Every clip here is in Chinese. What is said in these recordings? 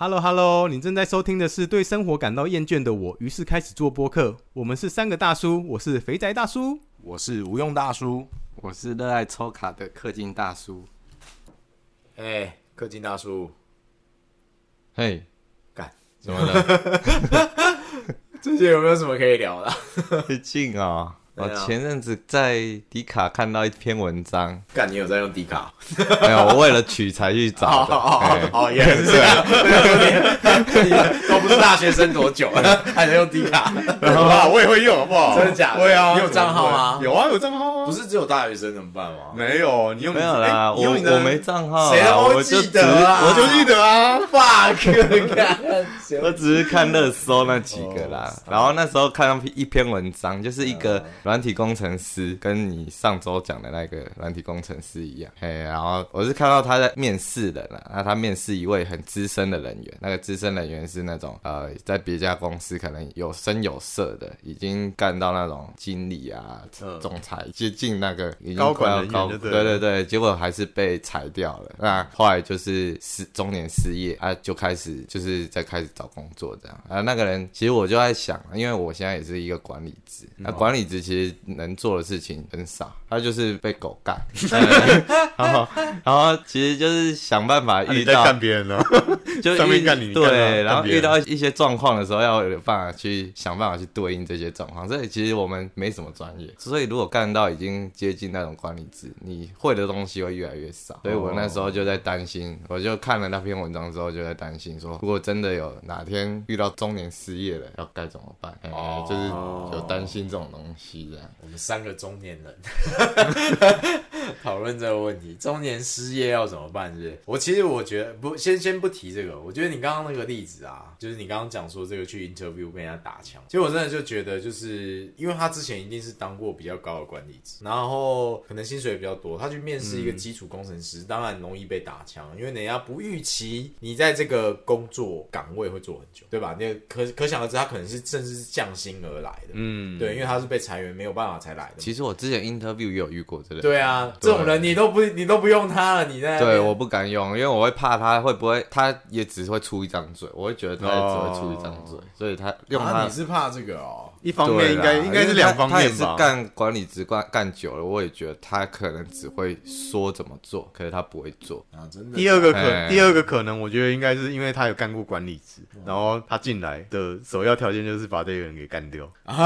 Hello Hello， 你正在收听的是对生活感到厌倦的我，于是开始做播客。我们是三个大叔，我是肥宅大叔， 我是无用大叔， 我是热爱抽卡的氪金大叔。 氪金大叔， 嘿， 干怎么了？ 最近有没有什么可以聊的？ 最近啊，我前阵子在迪卡看到一篇文章， 干，你有在用迪卡？ 没有，我为了取材去找的。 哦，原来是这样。你都不是大学生多久了，还在用迪卡？ 我也会用，好不好？ 真的假的？ 会啊， 你有账号吗？ 有啊，有账号啊。 不是只有大学生怎么办吗？ 没有，你用没有啦，我没账号， 谁都记得啊， 我就记得啊 ，fuck， 干， 我只是看热搜那几个啦。然后那时候看到一篇文章，就是一个软体工程师，跟你上周讲的那个软体工程师一样。然后我是看到他在面试人啦，那他面试一位很资深的人员，那个资深人员是那种在别家公司可能有声有色的，已经干到那种经理啊、总裁，接近那个已经高管人员， 对，结果还是被裁掉了。那后来就是中年失业啊，就开始找工作这样啊。那个人其实我就在想，因为我现在也是一个管理职，那管理职其实能做的事情很少，他就是被狗干，然后其实就是想办法遇到干别人呢， 就上面干你， 对，然后遇到一些状况的时候，要有办法去想办法去对应这些状况。所以其实我们没什么专业，所以如果干到已经接近那种管理职，你会的东西会越来越少。所以我那时候就在担心，我就看了那篇文章之后就在担心说，如果真的有哪天遇到中年失业了，要该怎么办？就是有担心这种东西这样。 我们三个中年人讨论这个问题，中年失业要怎么办？是不是？我觉得不，先不提这个。我觉得你刚刚那个例子啊，就是你刚刚讲说这个去 interview 被人家打枪，其实我真的就觉得，就是因为他之前一定是当过比较高的管理职，然后可能薪水也比较多，他去面试一个基础工程师，当然容易被打枪，因为人家不预期你在这个工作岗位会做很久，对吧？你可想而知，他可能是甚至是降薪而来的，对，因为他是被裁员没有办法才来的。 其实我之前 interview 也有遇过这类， 对啊，这种人你都不用他了，你在对，我不敢用，因为我会怕他会不会，他也只会出一张嘴，我会觉得他也只会出一张嘴，所以他用他。 你是怕这个哦？ 一方面应该是两方面吧。 他也是干管理职干久了，我也觉得他可能只会说怎么做，可是他不会做啊。真的。 第二个可能，我觉得应该是因为他有干过管理职，然后他进来的首要条件就是把这个人给干掉。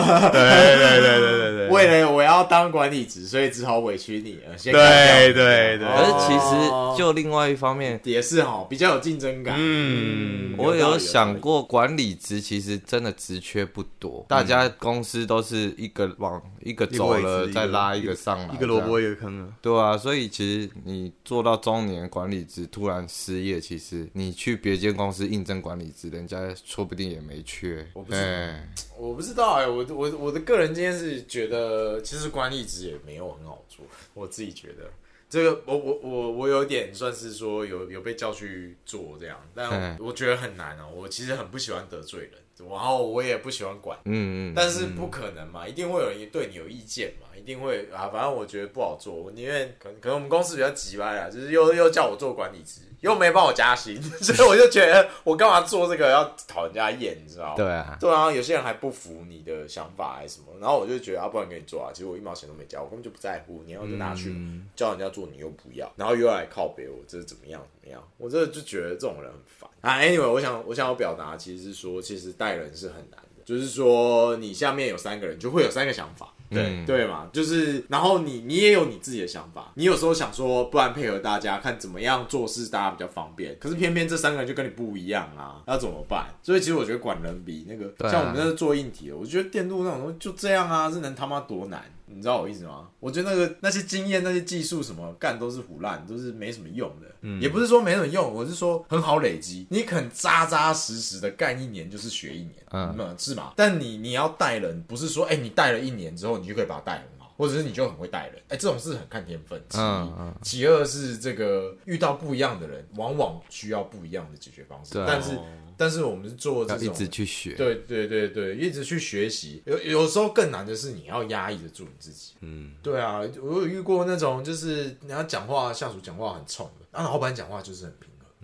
对。 为了我要当管理职，所以只好委屈你了。 对。 可是其实就另外一方面也是比较有竞争感。 我有想过管理职其实真的职缺不多，大家公司都是一个往一个走了再拉一个上来， 一个萝卜一个坑啊。 对啊，所以其实你做到中年管理职突然失业，其实你去别间公司应征管理职，人家说不定也没缺。 我不知道我的个人经验是觉得，其实管理职也没有很好做，我自己觉得。这个我有点算是说有被叫去做这样，但我觉得很难哦。我其实很不喜欢得罪人，然后我也不喜欢管，但是不可能嘛，一定会有人对你有意见嘛，一定会啊。反正我觉得不好做，我宁愿可能我们公司比较急掰啦，就是又叫我做管理职，又没帮我加薪，所以我就觉得我干嘛做这个要讨人家厌，你知道吗？ 对啊， 对啊，有些人还不服你的想法还是什么，然后我就觉得不然给你做啊，其实我1毛钱都没交，我根本就不在乎，你要就拿去叫人家做你又不要，然后又要来靠北我这是怎么样，我真的就觉得这种人很烦啊。Anyway， 我想要表达其实是说，其实带人是很难的，就是说你下面有3个人，就会有3个想法。对嘛，就是然后你也有你自己的想法，你有时候想说，不然配合大家看怎么样做事，大家比较方便。可是偏偏这3个人就跟你不一样啊，要怎么办？所以其实我觉得管人比那个，像我们那是做硬体的，我觉得电路那种东西就这样啊，是能他妈多难？你知道我意思吗？我觉得那些经验、那些技术什么干都是胡烂，都是没什么用的。也不是说没什么用，我是说很好累积。你肯扎扎实实的干1年，就是学1年，是吗？但你要带人，不是说你带了1年之后，你就可以把他带很好，或者是你就很会带人。这种事很看天分。其二是这个遇到不一样的人，往往需要不一样的解决方式。但是我们是做这种要一直去学， 对，一直去学习。有时候更难的是你要压抑得住你自己。对啊，我有遇过那种就是你要讲话，下属讲话很冲的，然后老板讲话就是很平和。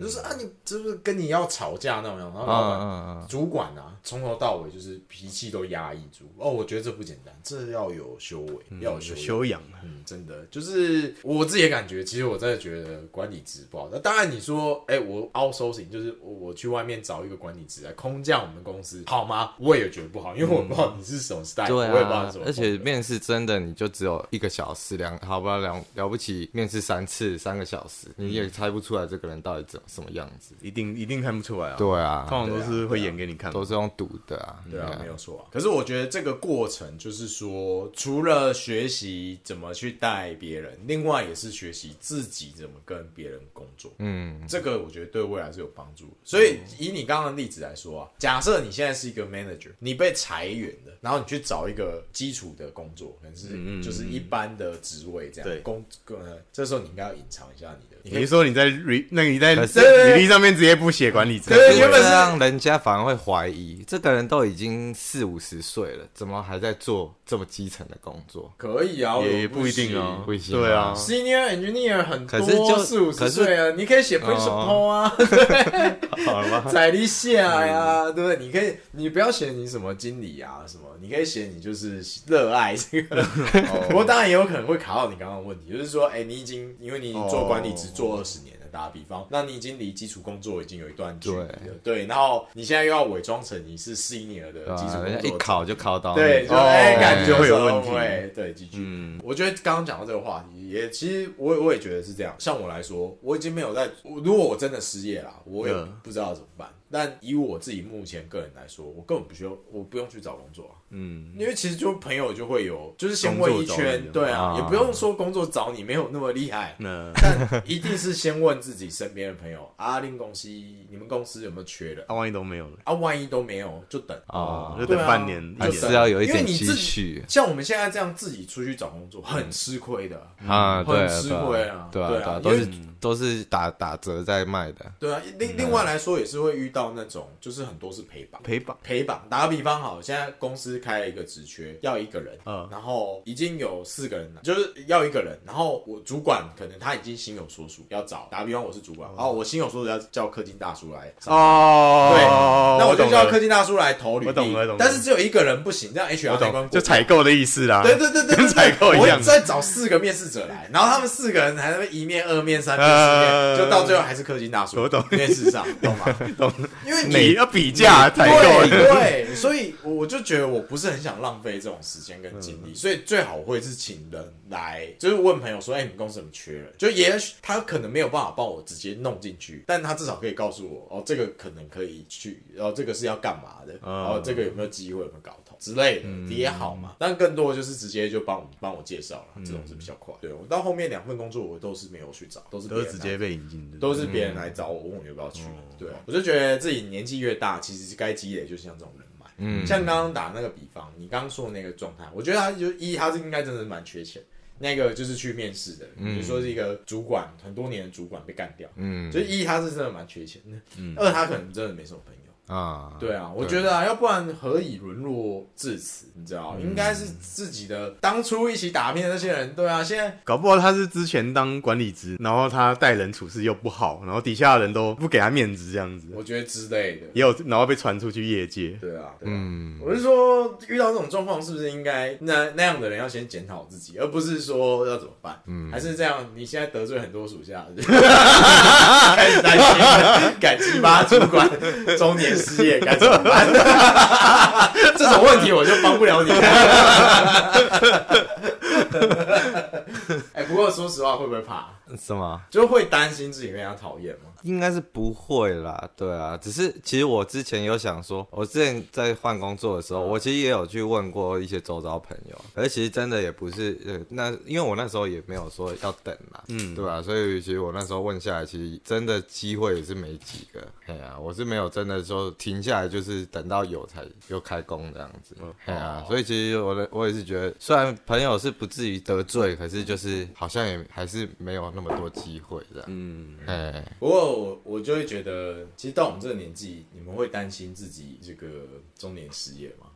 就是啊，你是不是跟你要吵架那种样？然后老板、主管啊，从头到尾就是脾气都压抑住。哦，我觉得这不简单，这要有修为，要有修养。 真的就是我自己的感觉，其实我真的觉得管理职不好。那当然你说，我 outsourcing 就是我去外面找一个管理职来空降我们公司，好吗？我也觉得不好，因为我不知道你是什么 style，我也不知道你什么。 而且面试真的你就只有1个小时，好吧，了不起面试3次3个小时，你也猜不出来这个人到底什么样子， 一定看不出来啊。 对啊， 通常都是会演给你看， 都是用赌的啊。 对啊，没有错啊。可是我觉得这个过程就是说，除了学习怎么去带别人，另外也是学习自己怎么跟别人工作。这个我觉得对未来是有帮助的。所以以你刚刚的例子来说啊，假设你现在是一个 manager， 你被裁员了，然后你去找一个基础的工作，可能是就是一般的职位这样。对，这时候你应该要隐藏一下你的。 你是说你在履历上面直接不写管理职？ 对，原本这样人家反而会怀疑，这个人都已经40-50岁了，怎么还在做这么基层的工作？ 可以啊， 也不一定啊， 不行。 对啊 ，Senior Engineer 很多40-50岁啊，你可以写 Principal 啊，对， 好了吧， 在你下呀，对不对？你不要写你什么经理啊什么，你可以写你就是热爱这个。不过当然也有可能会卡到你刚刚的问题，就是说，你已经因为你做管理只做20年了，打个比方，那你已经离基础工作已经有一段距离了，对，然后你现在又要伪装成你是 Senior 的基础工作， 一考就考到， 对，感觉会有问题， 对，继续。我觉得刚刚讲到这个话题，其实我也觉得是这样。像我来说，我已经没有如果我真的失业了，我也不知道怎么办。但以我自己目前个人来说，我根本不用去找工作啊。因为其实就朋友就会有，就是先问一圈，对啊，也不用说工作找你没有那么厉害，但一定是先问自己身边的朋友啊，你们公司有没有缺人？ 万一都没有了万一都没有，就等就等半年， 还是要有一点积蓄。 像我们现在这样自己出去找工作，很吃亏的很吃亏啊， 对啊，都是打折在卖的。 对啊，另外来说也是会遇到那种，就是很多是陪绑。打个比方好，现在公司开了一个职缺，要1个人，然后已经有4个人了，就是要1个人，然后我主管可能他已经心有所属，要找。打个比方，我是主管，然后我心有所属要叫氪金大叔来。对，那我就叫氪金大叔来投履历。但是只有1个人不行，这样 HR 那关就采购的意思啦。 对， 跟采购一样。 我再找4个面试者来，然后他们4个人还在1面、2面、3面、4面，就到最后还是氪金大叔。 我懂， 面试上懂吗？ 懂。 因为你要比价采购， 对，所以我就觉得我不是很想浪费这种时间跟精力，所以最好会是请人来，就是问朋友说，你们公司怎么缺人？就也许他可能没有办法帮我直接弄进去，但他至少可以告诉我，这个可能可以去，然后这个是要干嘛的，然后这个有没有机会，有没有搞头之类的，也好嘛。但更多就是直接就帮我介绍了，这种是比较快。对，我到后面2份工作我都是没有去找，都是直接被引进的， 都是别人来找我，问我要不要去。对，我就觉得自己年纪越大，其实该积累就像这种人脉。像刚刚打那个比方，你刚刚说的那个状态，我觉得他是应该真的蛮缺钱。那个就是去面试的，比如说是一个主管，很多年的主管被干掉，所以他是真的蛮缺钱的，他可能真的没什么朋友。对啊，我觉得要不然何以沦落至此？你知道，应该是自己的当初一起打拼的那些人，对啊，现在搞不好他是之前当管理职，然后他待人处事又不好，然后底下的人都不给他面子，这样子， 我觉得之类的也有，然后被传出去业界。 对啊，我是说，遇到这种状况，是不是应该那样的人要先检讨自己，而不是说要怎么办？还是这样？你现在得罪很多属下，开始担心改鸡巴主管中年失业该怎么办？这种问题我就帮不了你。不过说实话，会不会怕？ 什么？ 就会担心自己被人家讨厌吗？ 应该是不会啦，对啊。只是其实我之前有想说，我之前在换工作的时候，我其实也有去问过一些周遭朋友，而其实真的也不是，那因为我那时候也没有说要等啦，对吧？所以其实我那时候问下来，其实真的机会也是没几个。我是没有真的说停下来，就是等到有才又开工这样子。所以其实我也是觉得，虽然朋友是不至于得罪，可是就是好像也还是没有那么多机会这样。 不过我就会觉得，其实到我们这个年纪，你们会担心自己这个中年失业吗？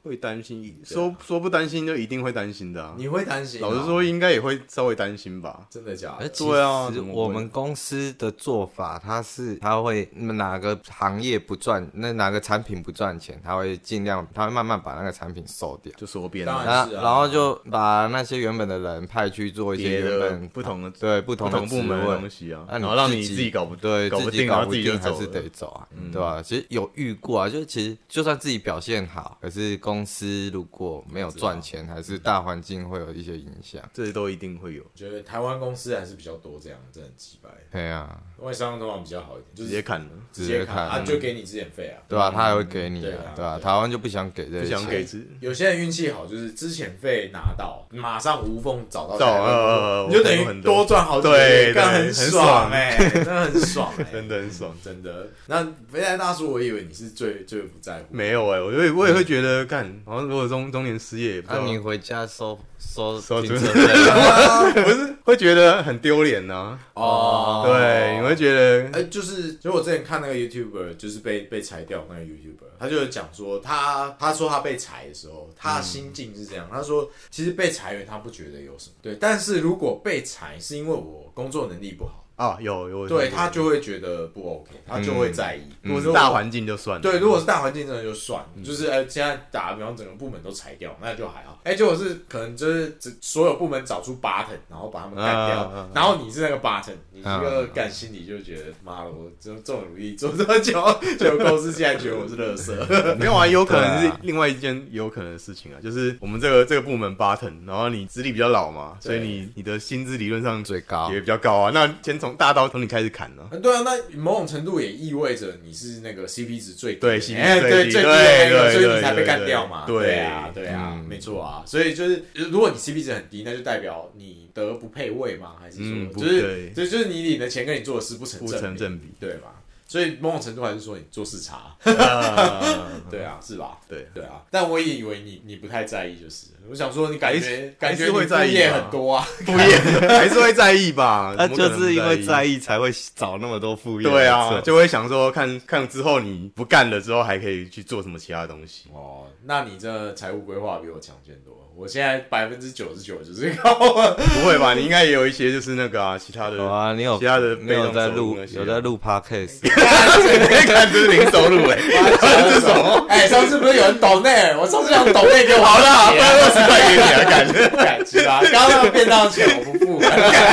会担心，说不担心就一定会担心的啊。 你会担心？ 老实说，应该也会稍微担心吧。 真的假的？ 对啊， 我们公司的做法，他会哪个行业不赚，哪个产品不赚钱，他会尽量，他会慢慢把那个产品收掉， 就缩编。 然后就把那些原本的人派去做一些原本不同的不同部门的东西啊， 然后让你自己搞不定，然后自己就还是得走啊，对吧？其实有遇过啊，就其实就算自己表现好，可是公司如果没有赚钱，还是大环境会有一些影响， 这都一定会有。 我觉得台湾公司还是比较多这样，真的很鸡掰。 对啊， 外商通常比较好一点，就是直接砍了， 直接砍啊，就给你资遣费啊， 对吧？他还会给你啊，对吧？台湾就不想给这些， 不想给。 有些人运气好，就是资遣费拿到，马上无缝找到，你就等于多赚好几个月，干很爽哎，真的很爽哎， 真的很爽， 真的。那肥仔大叔，我以为你是最不在乎， 没有哎，我也会觉得干，好像如果中年失业， 那你回家收停车费，不是会觉得很丢脸呐？哦，对，你会觉得， 就是我之前看那个 YouTuber， 就是被裁掉那个 YouTuber， 他就讲说他说他被裁的时候，他的心境是这样，他说其实被裁员他不觉得有什么，对，但是如果被裁是因为我工作能力不好。 啊，有， 对他就会觉如不 OK， 他就会在意。 如果是大环境就算了， 对，如果是大环境真的就算了，就是现在打比方整个部门都裁掉，那就还好。结果是可能就是所有部门找出 button， 然后把他们干掉，然后你是那个 button， 你这个干心里就觉得妈的，我这么努力做这么久，结果公司现在觉得我是垃圾。 没有啊，有可能是另外一件有可能的事情啊，就是我们这个部门 button， 然后你资历比较老嘛，所以你的薪资理论上最高也比较高啊。那先从大刀从你开始砍呢？ 对啊，那某种程度也意味着你是那个 CP 值最低， 对 CP 值最低， 最低的那个，所以你才被干掉嘛。 对啊，没错啊。所以就是，如果你 CP 值很低，那就代表你的不配位吗？还是说，就是你领的钱跟你做的事不成正比，对吧？所以某种程度还是说你做事差，对啊，是吧？对啊。但我也以为你不太在意，就是我想说你感觉你副业很多啊， 副业还是会在意吧？ 那就是因为在意才会找那么多副业。 对啊，就会想说看之后你不干了之后还可以去做什么其他东西。 哦，那你这财务规划比我强健多。我现在99%就是靠。 不会吧？你应该也有一些就是那个啊，其他的。 有啊，你有其他的没有在录？有在录 podcast。 看这是零收入这是什么？ 上次不是有人抖内？我上次想抖内给我， 好啦，不然20块给你啊， 感觉啊，刚刚那个便当钱我不付，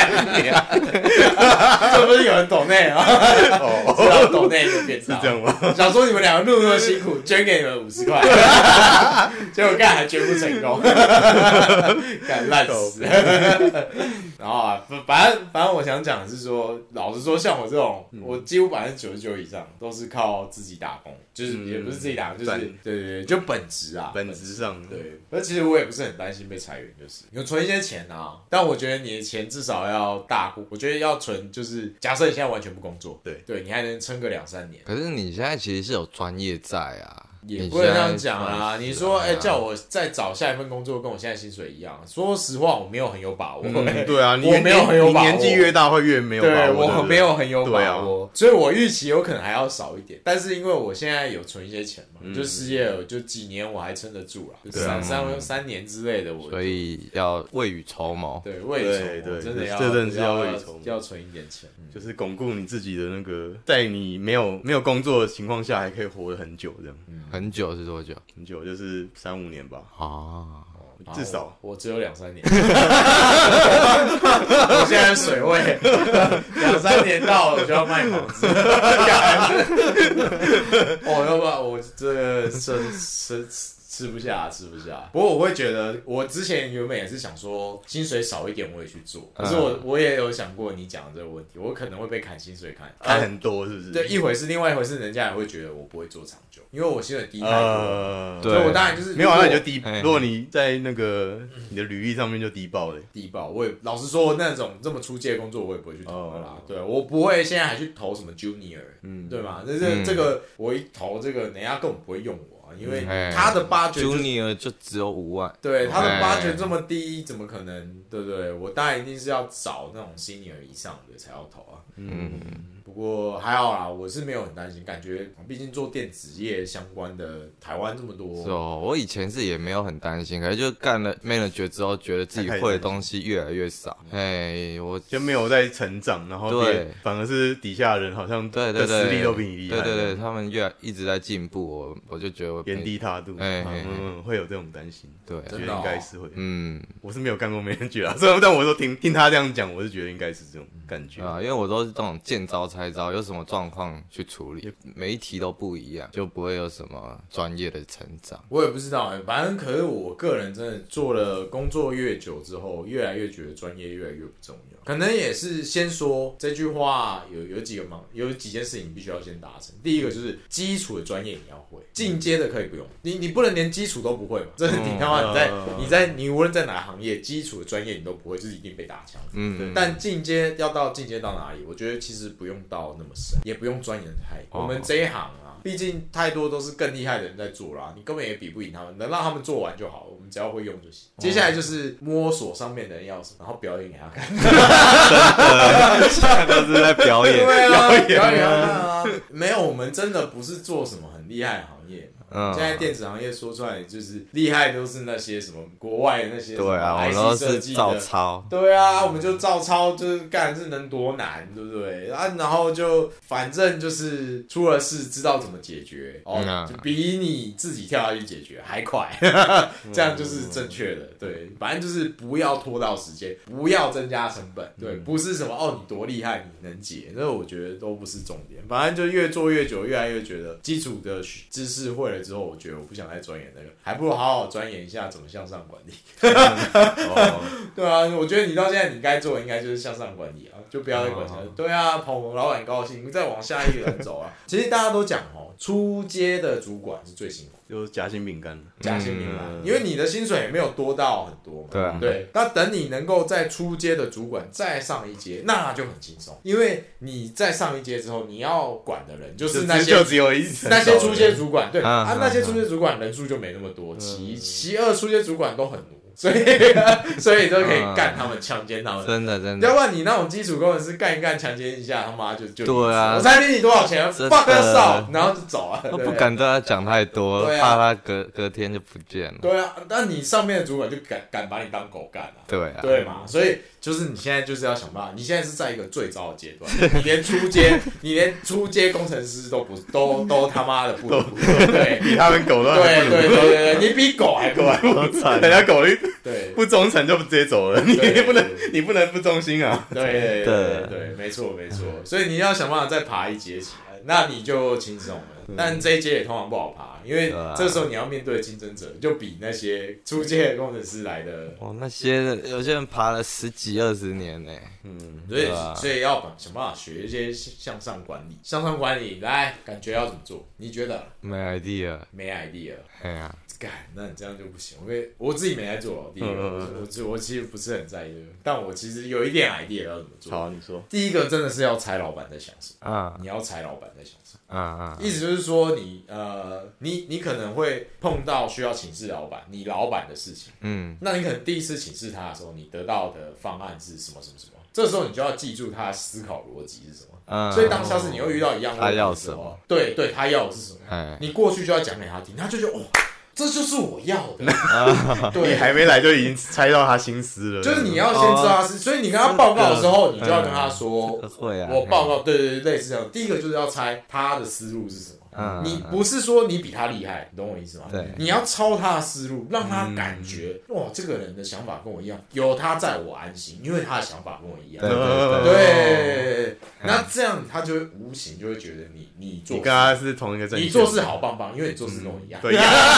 这不是有人抖内啊？知道抖内就便当是这样吗？ 想说你们两个录那么辛苦，捐给你们50块，结果干还捐不成功。干烂死！然后啊，反正我想讲的是说，老实说，像我这种，我几乎99%以上都是靠自己打工，就是也不是自己打工，就是对，就本职啊， 本质上对。而其实我也不是很担心被裁员，就是有存一些钱啊，但我觉得你的钱至少要大户，我觉得要存，就是假设你现在完全不工作，对，你还能撑个2-3年。 可是你现在其实是有专业在啊。 也不能这样讲啊！你说，叫我再找下一份工作，跟我现在薪水一样。说实话，我没有很有把握。 对啊， 我没有很有把握。 年纪越大，会越没有把握。 对，我没有很有把握，所以我预期有可能还要少一点。但是因为我现在有存一些钱嘛，就失业了，就几年我还撑得住啦，3年之类的。 所以要未雨绸缪。 对，未雨绸缪，真的是要未雨绸缪， 要存一点钱， 就是巩固你自己的那个，在你没有工作的情况下，还可以活得很久这样。 很久是多久？ 很久，就是3-5年吧。 啊， 至少我只有2-3年。我现在水位2-3年到了，我就要卖房子。要不然我这个吃不下。不过我会觉得，我之前原本也是想说，薪水少一点我也去做。可是我也有想过你讲的这个问题，我可能会被砍薪水砍很多，是不是？ 对，一回事，另外一回事，人家也会觉得我不会做长久，因为我薪水低太多。所以我当然就是没有，那你就低。如果你在那个你的履历上面就低报了， 低报。我也老实说，那种这么出界的工作，我也不会去投的啦。对，我不会现在还去投什么 junior，对吗？这个我一投这个，人家根本不会用我。因为他的budget junior 就只有5万， 对，他的budget这么低，怎么可能？对不对？我当然一定是要找那种 senior 以上的才要投啊。不过还好啦，我是没有很担心，感觉毕竟做电子业相关的台湾这么多。 是哦，我以前是也没有很担心，可是就干了 manager 之后，觉得自己会的东西越来越少。哎，我就没有在成长，然后对， 反而是底下的人好像对实力都比你厉害。 对，他们一直在进步，我就觉得我原地踏步，会有这种担心。 对， 我觉得应该是会。我是没有干过manager啊，但我说听他这样讲，我是觉得应该是这种感觉啊，因为我都是这种见招拆招，有什么状况去处理，每一题都不一样，就不会有什么专业的成长。 我也不知道反正可是我个人真的做了工作越久之后，越来越觉得专业越来越不重要。可能也是先说这句话有几件事情你必须要先达成。第一个就是基础的专业你要会，进阶的可以不用，你不能连基础都不会嘛？这是你他妈你无论在哪个行业，基础的专业你都不会，就是一定被打枪。但进阶到哪里？我觉得其实不用到那么深，也不用钻研太多。我们这一行毕竟太多都是更厉害的人在做啦，你根本也比不赢他们，能让他们做完就好，我们只要会用就行。接下来就是摸索上面的人要什么，然后表演给他看。 真的，现在都是在表演， 对啊，表演啊，没有，我们真的不是做什么很厉害的行业。现在电子行业说出来就是厉害，都是那些什么国外的那些， 对啊，我们都是照抄， 对啊，我们就照抄，就是干是能多难，对不对？然后就反正就是出了事知道怎么解决，就比你自己跳下去解决还快，这样就是正确的。对，反正就是不要拖到时间，不要增加成本，对，不是什么你多厉害你能解，那我觉得都不是重点。反正就越做越久，越来越觉得基础的知识会了之后，我觉得我不想再钻研那个，还不如好好钻研一下怎么向上管理。对啊，我觉得你到现在你该做的应该就是向上管理啊，就不要再管下去。对啊，捧老板高兴，你再往下一个人走啊。其实大家都讲初阶的主管是最辛苦， 就是夹心饼干， 因为你的薪水也没有多到很多嘛。对，那等你能够在初阶的主管再上一阶，那就很轻松，因为你再上一阶之后，你要管的人就是那些就只有那些初阶主管，对那些初阶主管人数就没那么多，其二初阶主管都很奴。所以就可以干他们，强奸他们， 真的， 要不然你那种基础工程师干一干，强奸一下，他妈就对啊， 我才给你多少钱，fuck us up，然后就走了， 都不敢对他讲太多，怕他隔天就不见了。 对啊，但你上面的主管就敢把你当狗干啊， 对嘛，所以就是你现在就是要想办法，你现在是在一个最糟的阶段，你连初阶工程师都他妈的不如，对， 比他们狗都对，你比狗还狗， 人家狗对不忠诚就直接走了，你不能不忠心啊。 对，没错，所以你要想办法再爬一阶起来，那你就轻松了。但这一阶也通常不好爬，因为这时候你要面对的竞争者就比那些初阶的工程师来的。 那些有些人爬了10几20年呢。 所以要想办法学一些向上管理，来感觉要怎么做？你觉得？ 没 idea。 哎呀，干，那你这样就不行。我自己没在做，第一个，我其实不是很在意这个，但我其实有一点 idea 要怎么做。 好，你说。 第一个真的是要猜老板在想什么你要猜老板在想什么意思就是说你可能会碰到需要请示你老板的事情，那你可能第一次请示他的时候，你得到的方案是什么，这时候你就要记住他的思考逻辑是什么。所以当下次你又遇到一样的问题的时候，对他要的是什么，你过去就要讲给他听，他就觉得这就是我要的。 对，你还没来就已经猜到他心思了。 就是你要先知道他是，所以你跟他报告的时候，你就要跟他说，我报告，对，类似这样。第一个就是要猜他的思路是什么。你不是说你比他厉害，你懂我意思吗？ 对， 你要抄他的思路，让他感觉这个人的想法跟我一样，有他在我安心，因为他的想法跟我一样。对，那这样他就会无形就会觉得你做， 你跟他是同一个阵线， 你做事好棒棒，因为你做事跟我一样。 对，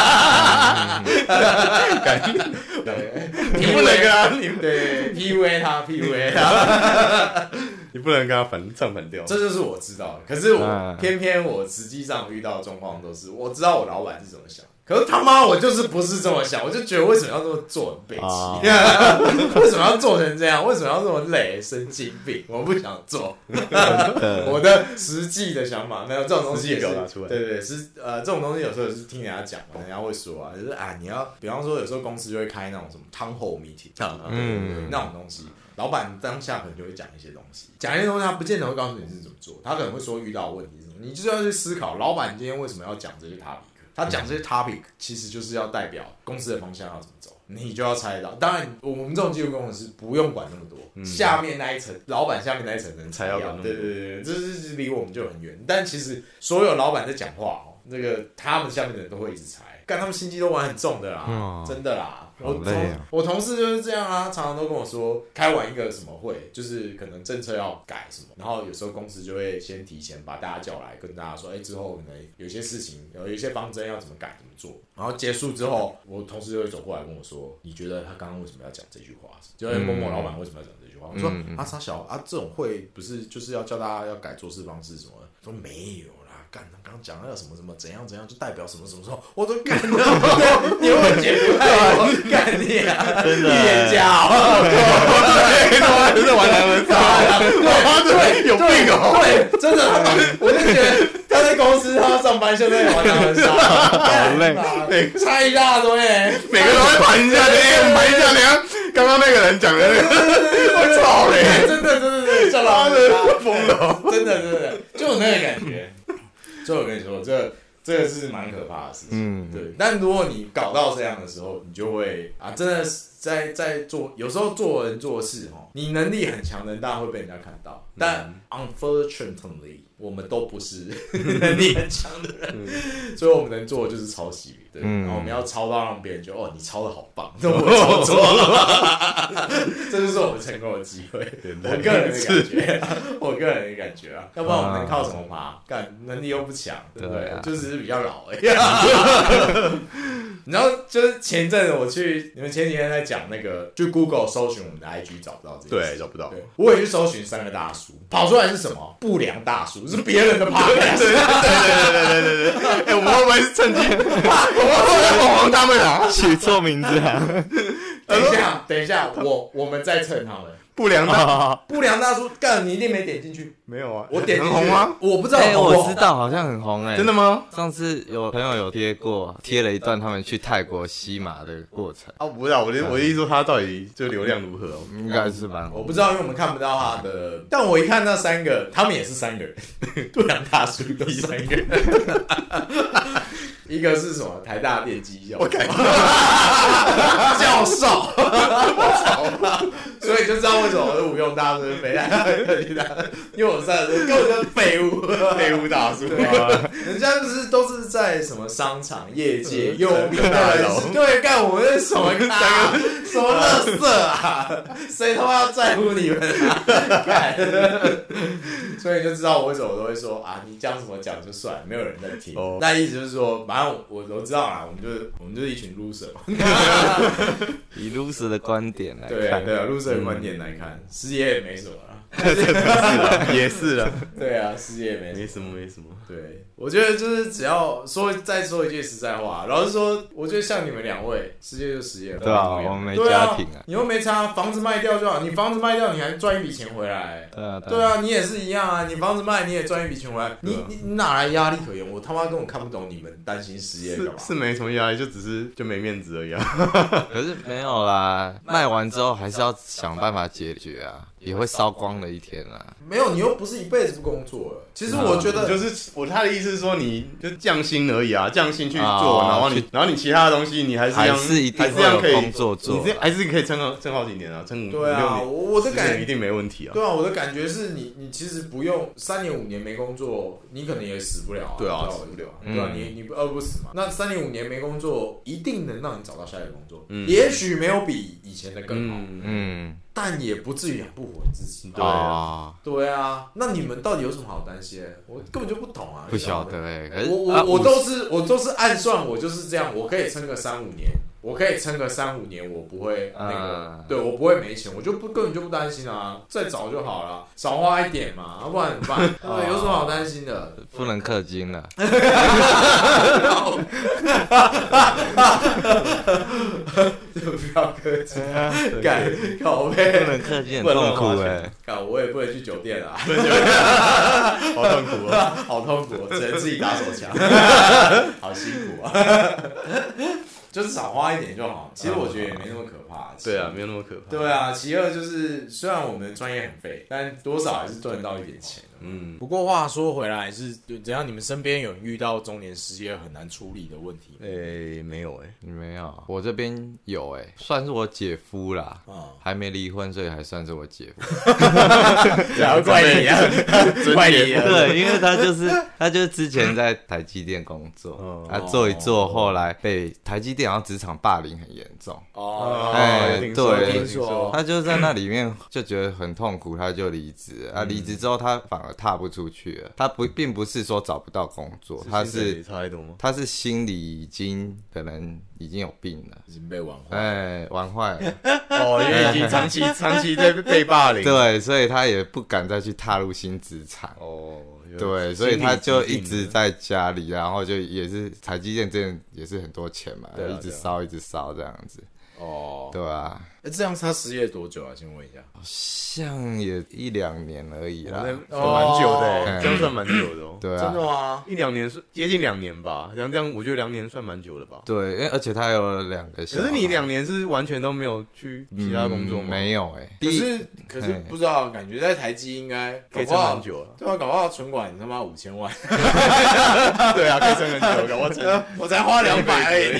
你不能跟他， 对 PUA 他。 你不能跟他唱反调， 这就是我知道的。可是偏偏我实际上遇到的状况都是，我知道我老板是怎么想，可是他妈我就是不是这么想，我就觉得为什么要这么做很北齐，为什么要做成这样，为什么要这么累，神经病，我不想做。我的实际的想法没有这种东西也是表达出来， 对，是这种东西有时候也是听人家讲，人家会说就是你要，比方说有时候公司就会开那种什么town hall meeting，那种东西。 老板当下可能就会讲一些东西，他不见得会告诉你是怎么做，他可能会说遇到的问题是什么，你就是要去思考，老板今天为什么要讲这些 topic， 他讲这些 topic 其实就是要代表公司的方向要怎么走。你就要猜到，当然我们这种技术工程师不用管那么多，下面那一层，老板下面那一层人才要管。对，这是离我们就很远。但其实所有老板在讲话那个他们下面的人都会一直猜，干他们心机都玩很重的啦，真的啦。我同事就是这样啊，常常都跟我说，开完一个什么会，就是可能政策要改什么，然后有时候公司就会先提前把大家叫来，跟大家说，之后可能有些事情，有一些方针要怎么改怎么做，然后结束之后，我同事就会走过来跟我说，你觉得他刚刚为什么要讲这句话？就是某某老板为什么要讲这句话？我说傻小啊，这种会不是就是要叫大家要改做事方式什么的？说没有。干，刚刚讲那个什么什么怎样怎样，就代表什么什么时候，我都干了，你会解读太多，干你啊，真的预言家哦，对，真的玩台湾杀，对，有病哦，对，真的，我就觉得他在公司他上班就在玩台湾杀， 好累， 猜一大堆， 每个都会盘一下，我们盘一下，你看刚刚那个人讲的那个，我操嘞， 真的，叫他疯了， 真的，就有那个感觉。所以我跟你说，这个是蛮可怕的事情，对。但如果你搞到这样的时候，你就会真的在做，有时候做人做事你能力很强的人当然会被人家看到，但 unfortunately 我们都不是能力很强的人，所以我们能做的就是抄袭，对。然后我们要抄到让别人觉得你抄的好棒，那我抄错了，这就是我们成功的机会。我个人的感觉啊，要不然我们能靠什么爬？干能力又不强，对不对？就只是比较老而已。然后就是前阵子你们前几天在讲那个，就 Google 搜寻我们的 IG 找不到这件事， 对，找不到。 我也去搜寻3个大叔，跑出来是什么？不良大叔，是别人的 podcast。 对，我们会不会是趁机？我们会不会哄他们啊？ 取错名字啊！ 等一下，我们在蹭他们。 不良大叔，干你一定没点进去。 没有啊， 我点进去很红吗？ 我不知道， 我知道，好像很红真的吗？ 上次有朋友有贴了一段他们去泰国西马的过程。 我不知道，我的意思说他到底就流量如何？ 应该是吧？ 我不知道，因为我们看不到他的。但我一看那3个，他们也是3个人，不良大叔都3个人。一个是什么？台大电机教授，所以就知道为什么我是无用大叔没来，因为我3个根本就是废物大叔。人家就是都是在什么商场、业界有名的人士，对，干我们是什么咖，什么垃圾啊？谁他妈要在乎你们啊？所以就知道我为什么我都会说你讲什么讲就算了，没有人在听。那意思就是说，反正我都知道啦，我们就是一群 loser 嘛。 以 loser 的观点来看， 对啊 loser 的观点来看，失业也没什么啦。 也是啦， 对啊，失业没什么。 对，我觉得就是只要再说一句实在话，老实说，我觉得像你们2位，失业就失业了。 对啊，我们没家庭啊， 你又没差，房子卖掉就好。你房子卖掉，你还赚一笔钱回来。对啊，你也是一样啊，你房子卖，你也赚一笔钱回来，你哪来压力可言？我他妈根本看不懂你们担心失业干嘛？ 是没什么压力，就只是就没面子而已啊。 可是没有啦，卖完之后还是要想办法解决啊。也会烧光的一天啊！ 没有，你又不是一辈子不工作了。其实我觉得， 就是他的意思是说，你就降薪而已啊，降薪去做，然后你其他的东西你还是一定会有工作做， 你还是可以撑好几年啊，撑5、6年。 对啊，我的感觉一定没问题啊。 对啊，我的感觉是你其实不用3年5年没工作，你可能也死不了。 对啊，死不了。 对啊，你饿不死嘛？那3年5年没工作，一定能让你找到下一个工作。也许没有比以前的更好。但也不至于养不活你自己。对啊，那你们到底有什么好担心？我根本就不懂啊， 不晓得我都是暗算，我就是这样，我可以撑个3、5年，我不会对我不会没钱，我就根本就不担心啊，再找就好了，少花一点嘛，要不然怎么办？对，有什么好担心的？ 不能氪金了。 就不要氪金，干靠背， 不能氪金很痛苦干我也不能去酒店啊， 好痛苦啊， 好痛苦，只能自己打手枪，好辛苦啊。 就是少花一点就好。其实我觉得也没那么可怕。 对啊，没有那么可怕。 对啊，其二就是虽然我们的专业很废，但多少还是赚到一点钱。不过话说回来是怎样？你们身边有人遇到中年失业很难处理的问题吗？ 没有没有，我这边有算是我姐夫啦，还没离婚，所以还算是我姐夫。 然后怪你啊，怪你啊。 对，因为他就是之前在台积电工作，做一做，后来被台积电然后职场霸凌很严重。对，他就在那里面就觉得很痛苦，他就离职了。离职之后他反而踏不出去了。他并不是说找不到工作，他是心里可能已经有病了， 已经被玩坏， 玩坏了。 因为已经长期在被霸凌， 对，所以他也不敢再去踏入新职场。对，所以他就一直在家里，然后就也是台积电这也是很多钱嘛，一直烧这样子。对啊。 这样他失业多久啊？先问一下。 好像也1-2年而已啦， 蛮久的，这样算蛮久的哦。 对啊， 真的吗 ？1-2年是接近2年吧？这样我觉得2年算蛮久的吧？ 对，因为而且他有2个小孩。 可是你2年是完全都没有去其他工作吗？ 没有可是不知道，感觉在台积应该可以撑很久了。 对啊，搞不好存款他妈5000万。 对啊，可以撑很久，搞不好我才花200而已，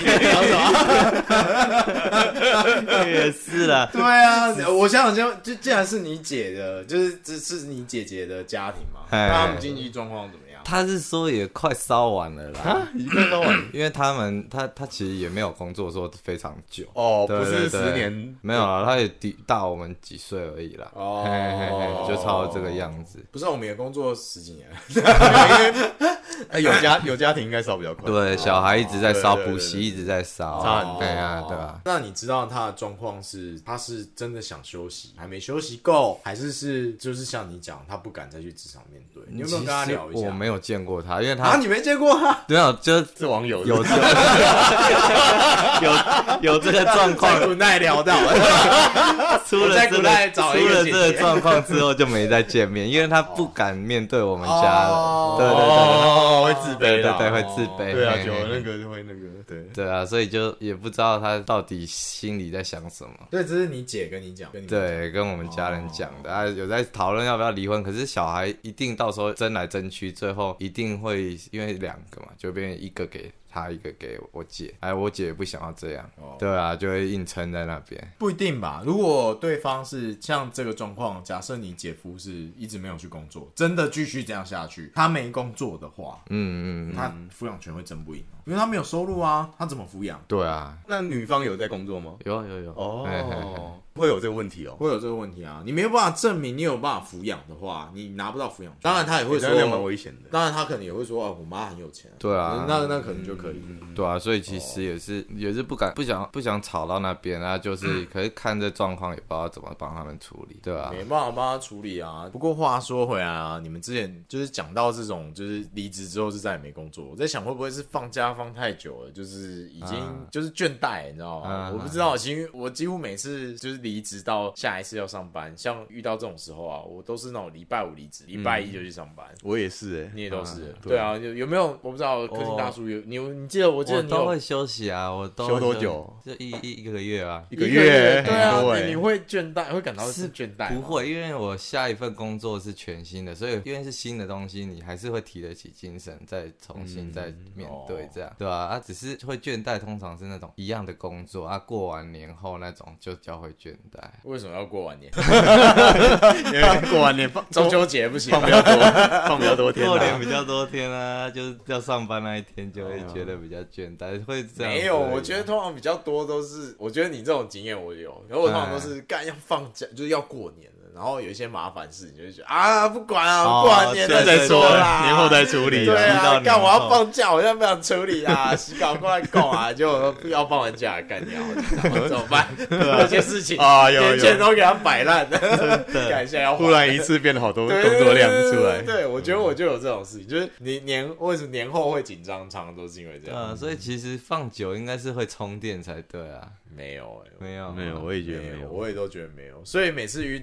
你聊什么？ 也是啦。 对啊，我想就既然是你姐的，就是这是你姐姐的家庭嘛，那他们经济状况怎么样？ 他是说也快烧完了啦， 已经快烧完了， 因为他其实也没有工作说非常久不是10年， 没有啦，他也大我们几岁而已啦，就差不多这个样子。 不是，我们也工作10几年了， 因为有家庭应该烧比较快， 对，小孩一直在烧，补习一直在烧， 差很多， 对啊。 那你知道他的状况是，他是真的想休息，还没休息够，还是就是像你讲，他不敢再去职场面对？你有没有跟他聊一下？ 我没有见过他，因为他你没见过他？ 没有，就是网友有这个状况， 在古代聊到了，在古代找一个这个状况之后就没再见面，因为他不敢面对我们家人，对， 会自卑， 对，会自卑， 对啊，就那个就会那个， 对啊，所以就也不知道他到底心里在想什么。 对，这是你姐跟你讲， 对，跟我们家人讲的有在讨论要不要离婚，可是小孩一定到时候争来争去，最后一定会因为2个嘛，就变成1个给他，1个给我姐，我姐也不想要这样，对啊，就会硬撑在那边。 不一定吧，如果对方是像这个状况，假设你姐夫是一直没有去工作，真的继续这样下去，他没工作的话，他抚养权会争不赢，因为他没有收入啊，他怎么抚养？ 对啊， 那女方有在工作吗？ 有会有这个问题会有这个问题啊！你没有办法证明你有办法抚养的话，你拿不到抚养权。当然他也会说， 蛮危险的。 当然他可能也会说，我妈很有钱。 对啊， 那可能就可以。 对啊，所以其实也是不想吵到那边啊，就是可是看这状况也不知道怎么帮他们处理，对啊， 没办法帮他处理啊。不过话说回来啊，你们之前就是讲到这种就是离职之后是再也没工作，我在想会不会是放假放太久了，就是已经就是倦怠，你知道吗？我不知道，其实我几乎每次就是离职到下一次要上班，像遇到这种时候啊，我都是那种礼拜5离职，礼拜1就去上班。 我也是你也都是对啊，有没有我不知道，科技大叔有你记得我记得你都会休息啊，我都休多久？ 就一个月啊 ，1个月， 对啊，你会倦怠，会感到是倦怠？ 不会，因为我下一份工作是全新的，所以因为是新的东西，你还是会提得起精神，再重新再面对这样，对吧？只是会倦怠，通常是那种一样的工作啊，过完年后那种就叫会倦怠。 为什么要过完年？ 因为过完年中秋节不行， 放比较多天， 过年比较多天啊，就是要上班那一天就会觉得比较倦怠，会这样。 没有，我觉得通常比较多都是，我觉得你这种经验我有，然后我通常都是干要放假，就是要过年了，然后有一些麻烦事，你就会觉得不管啊，过完年再说啦，年后再处理。 对啊，干我要放假，我现在不想处理啊，洗稿过来供啊，就要放完假干掉，怎么办？有些事情年前都给他摆烂了，干一下要忽然一次变了好多工作量出来。 对，我觉得我就有这种事情，就是为什么年后会紧张，常常都是因为这样。 所以其实放久应该是会充电才对啊。 没有， 没有， 我也觉得没有， 我也都觉得没有。所以每次遇到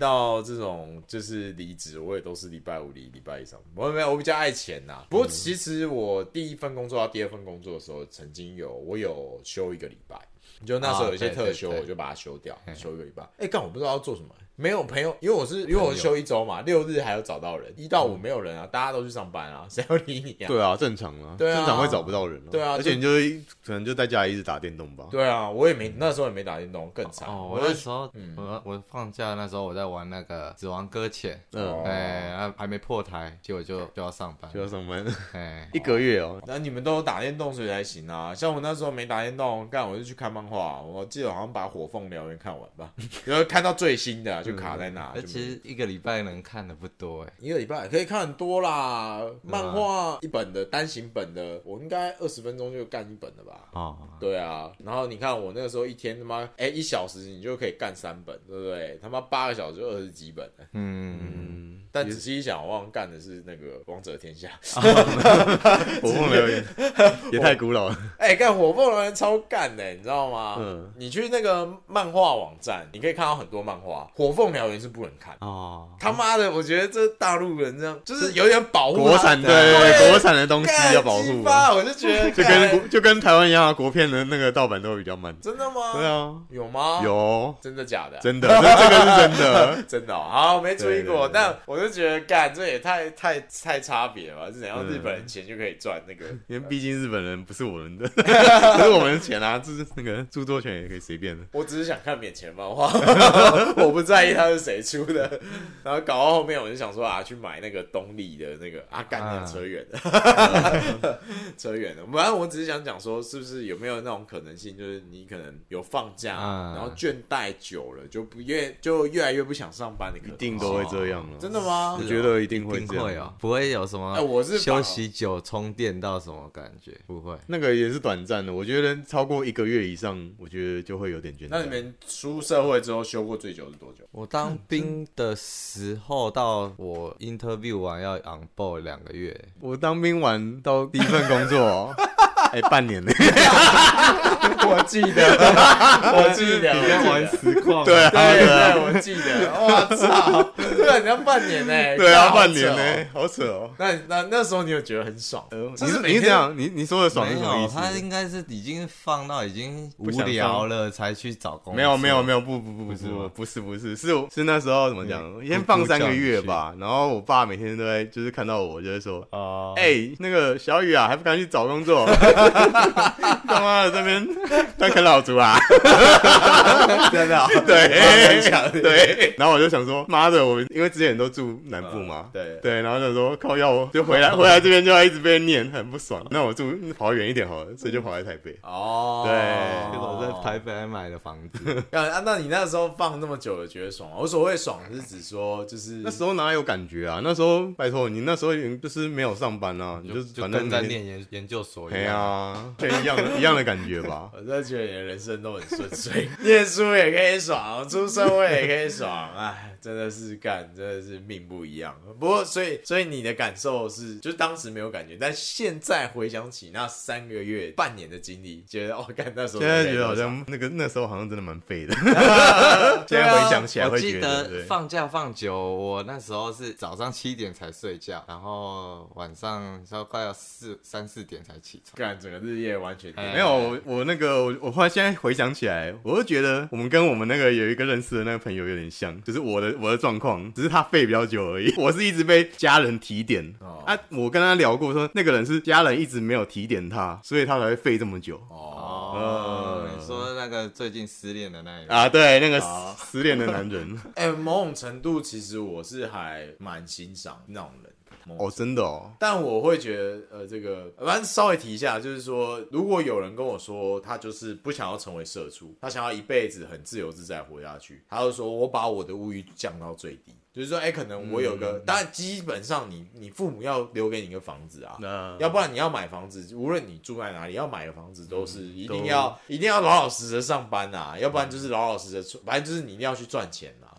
这种就是离职，我也都是礼拜五离，礼拜一上班。没有，我比较爱钱呐。不过其实我第一份工作到第二份工作的时候，曾经我有休1个礼拜，就那时候有一些特休，我就把它休掉，休1个礼拜。干我不知道要做什么。没有朋友，因为我是休1周嘛，6日还有找到人，1到5没有人啊，大家都去上班啊，谁要理你啊？ 对啊，正常啊，正常会找不到人啊。 对啊， 而且你就可能就在家里一直打电动吧。 对啊，我也没那时候也没打电动，更惨。 我那时候，我放假那时候我在玩那个《死亡搁浅》，还没破台，结果就要上班，1个月哦。 那你们都有打电动所以才行啊，像我那时候没打电动，我就去看漫画，我记得好像把《火凤燎原》看完吧，然后看到最新的就卡在那。 其实1个礼拜能看的不多 1个礼拜可以看很多啦。漫画1本的单行本的，我应该20分钟就干1本了吧？对啊。然后你看我那个时候一天他妈1小时你就可以干3本，对不对？他妈8个小时就20几本了。但仔细一想，我忘干的是那个《王者天下》 火凤燎原也太古老了。 干火凤燎原超干的，你知道吗？你去那个漫画网站，你可以看到很多漫画，火凤燎原是不能看他妈的，我觉得这大陆人这样就是有点保护国产，对国产的东西要保护。 我就觉得就跟台湾一样，国片的那个盗版都会比较慢。 真的吗？ 对啊， 有吗？ 有， 真的假的？ 真的，这个是真的， 真的。好，没注意过，但我就觉得这也太差别了，是怎样？日本人钱就可以赚那个？ 因为毕竟日本人不是我们的，不是我们的钱啊，就是那个著作权也可以随便的。 我只是想看免钱漫画，我不在意他是谁出的。然后搞到后面，我就想说去买那个东立的那个干扯远了，扯远了。反正我只是想讲说，是不是有没有那种可能性，就是你可能有放假，然后倦怠久了，就越来越不想上班的可能。 一定都会这样了。 真的吗？ 我觉得一定会这样。 不会有什么我是休息久充电到什么感觉？不会， 那个也是短暂的。我觉得超过1个月以上，我觉得就会有点倦怠。 那你们出社会之后休过最久是多久？ 我当兵的时候到我 interview 完要 on board 2个月。 我当兵完到第一份工作半年呢。 我记得， 你在玩实况？ 对， 我记得。我操，对，你要半年呢？ 对啊，半年呢，好扯哦。 那时候你有觉得很爽？ 你这样，你说的爽是什么意思？ 他应该是已经放到已经无聊了才去找工作。 没有，不是，是那时候怎么讲？先放3个月吧。然后我爸每天都在就是看到我就会说，那个小雨啊，还不赶紧去找工作？干嘛这边当啃老族啊？ 真的？ 对。然后我就想说，妈的，我因为之前都住南部嘛，对，然后就说靠要就回来这边就要一直被念，很不爽。那我跑远一点好了，所以就跑来台北。对， 我在台北买的房子。 那你那时候放那么久了，觉得爽吗？我所谓爽是指说，就是那时候哪有感觉啊？那时候拜托你那时候就是没有上班啊，你就反正在念研究所一样。 对啊，就一样的感觉吧。 我真的觉得你的人生都很顺遂，念书也可以爽，出社会也可以爽，真的是真的是命不一样。不过所以你的感受是，就是当时没有感觉，但现在回想起那3个月、半年的经历，觉得那时候现在觉得好像那时候好像真的蛮废的。现在回想起来会觉得， 我记得放假放久，我那时候是早上7点才睡觉，然后晚上快要3、4点才起床， 整个日夜完全没有。我后来现在回想起来，我就觉得我们跟我们那个有一个认识的那个朋友有点像，就是我的状况，只是他废比较久而已。我是一直被家人提点我跟他聊过说，那个人是家人一直没有提点他，所以他才会废这么久。 你说那个最近失恋的那一个对，那个失恋的男人。 某种程度其实我是还蛮欣赏那种人。 真的哦。 但我会觉得这个反正稍微提一下，就是说如果有人跟我说他就是不想要成为社畜，他想要一辈子很自由自在活下去，他就说我把我的物欲降到最低，就是说可能我有个当然基本上你父母要留给你一个房子啊，要不然你要买房子，无论你住在哪里，要买的房子都是一定要老老实实上班啊，要不然就是老老实实反正就是你一定要去赚钱啊。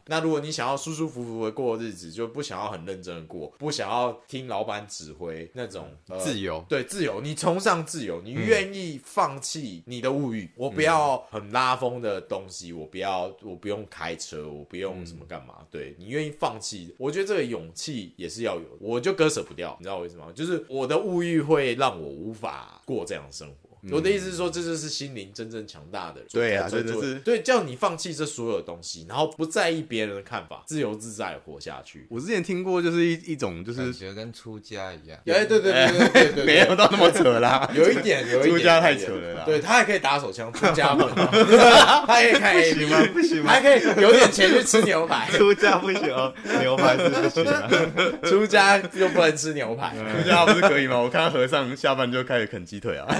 那如果你想要舒舒服服的过日子，就不想要很认真的过，不想要听老板指挥那种自由， 对自由，你崇尚自由，你愿意放弃你的物欲，我不要很拉风的东西，我不用开车，我不用什么干嘛，对你愿意放弃，我觉得这个勇气也是要有的，我就割舍不掉，你知道为什么吗？就是我的物欲会让我无法过这样的生活。我的意思是说，这就是心灵真正强大的人。 对啊，真的是对，叫你放弃这所有的东西，然后不在意别人的看法，自由自在地活下去。 我之前听过，就是一种就是感觉跟出家一样。 对， 没有到那么扯啦， 有一点， 出家太扯了啦。 对，他还可以打手枪，出家不能，他也可以不行吗？不行吗？ 还可以有点钱去吃牛排。 出家不行哦，牛排是不行啊。 出家又不能吃牛排， 出家不是可以吗？我看和尚下班就开始啃鸡腿啊。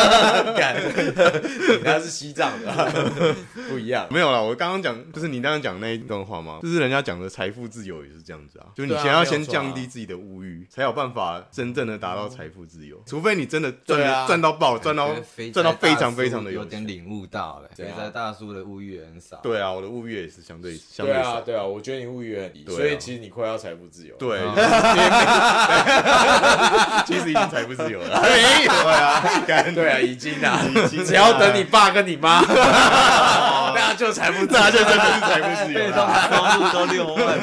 他是西藏的，不一样。 没有啦，我刚刚讲就是你刚刚讲那一段话嘛，就是人家讲的财富自由也是这样子啊，就你要先降低自己的物欲，才有办法真正的达到财富自由。除非你真的赚到爆，赚到非常非常的有点领悟到了。肥宅大叔的物欲也很少。 对啊，我的物欲也是相对少。 对啊，我觉得你物欲很低，所以其实你快要财富自由。 对，其实已经财富自由了。没有啊， 对啊，已经啊，只要等你爸跟你妈，那就财富自由， 那就真的是财富自由。 被动收入都6万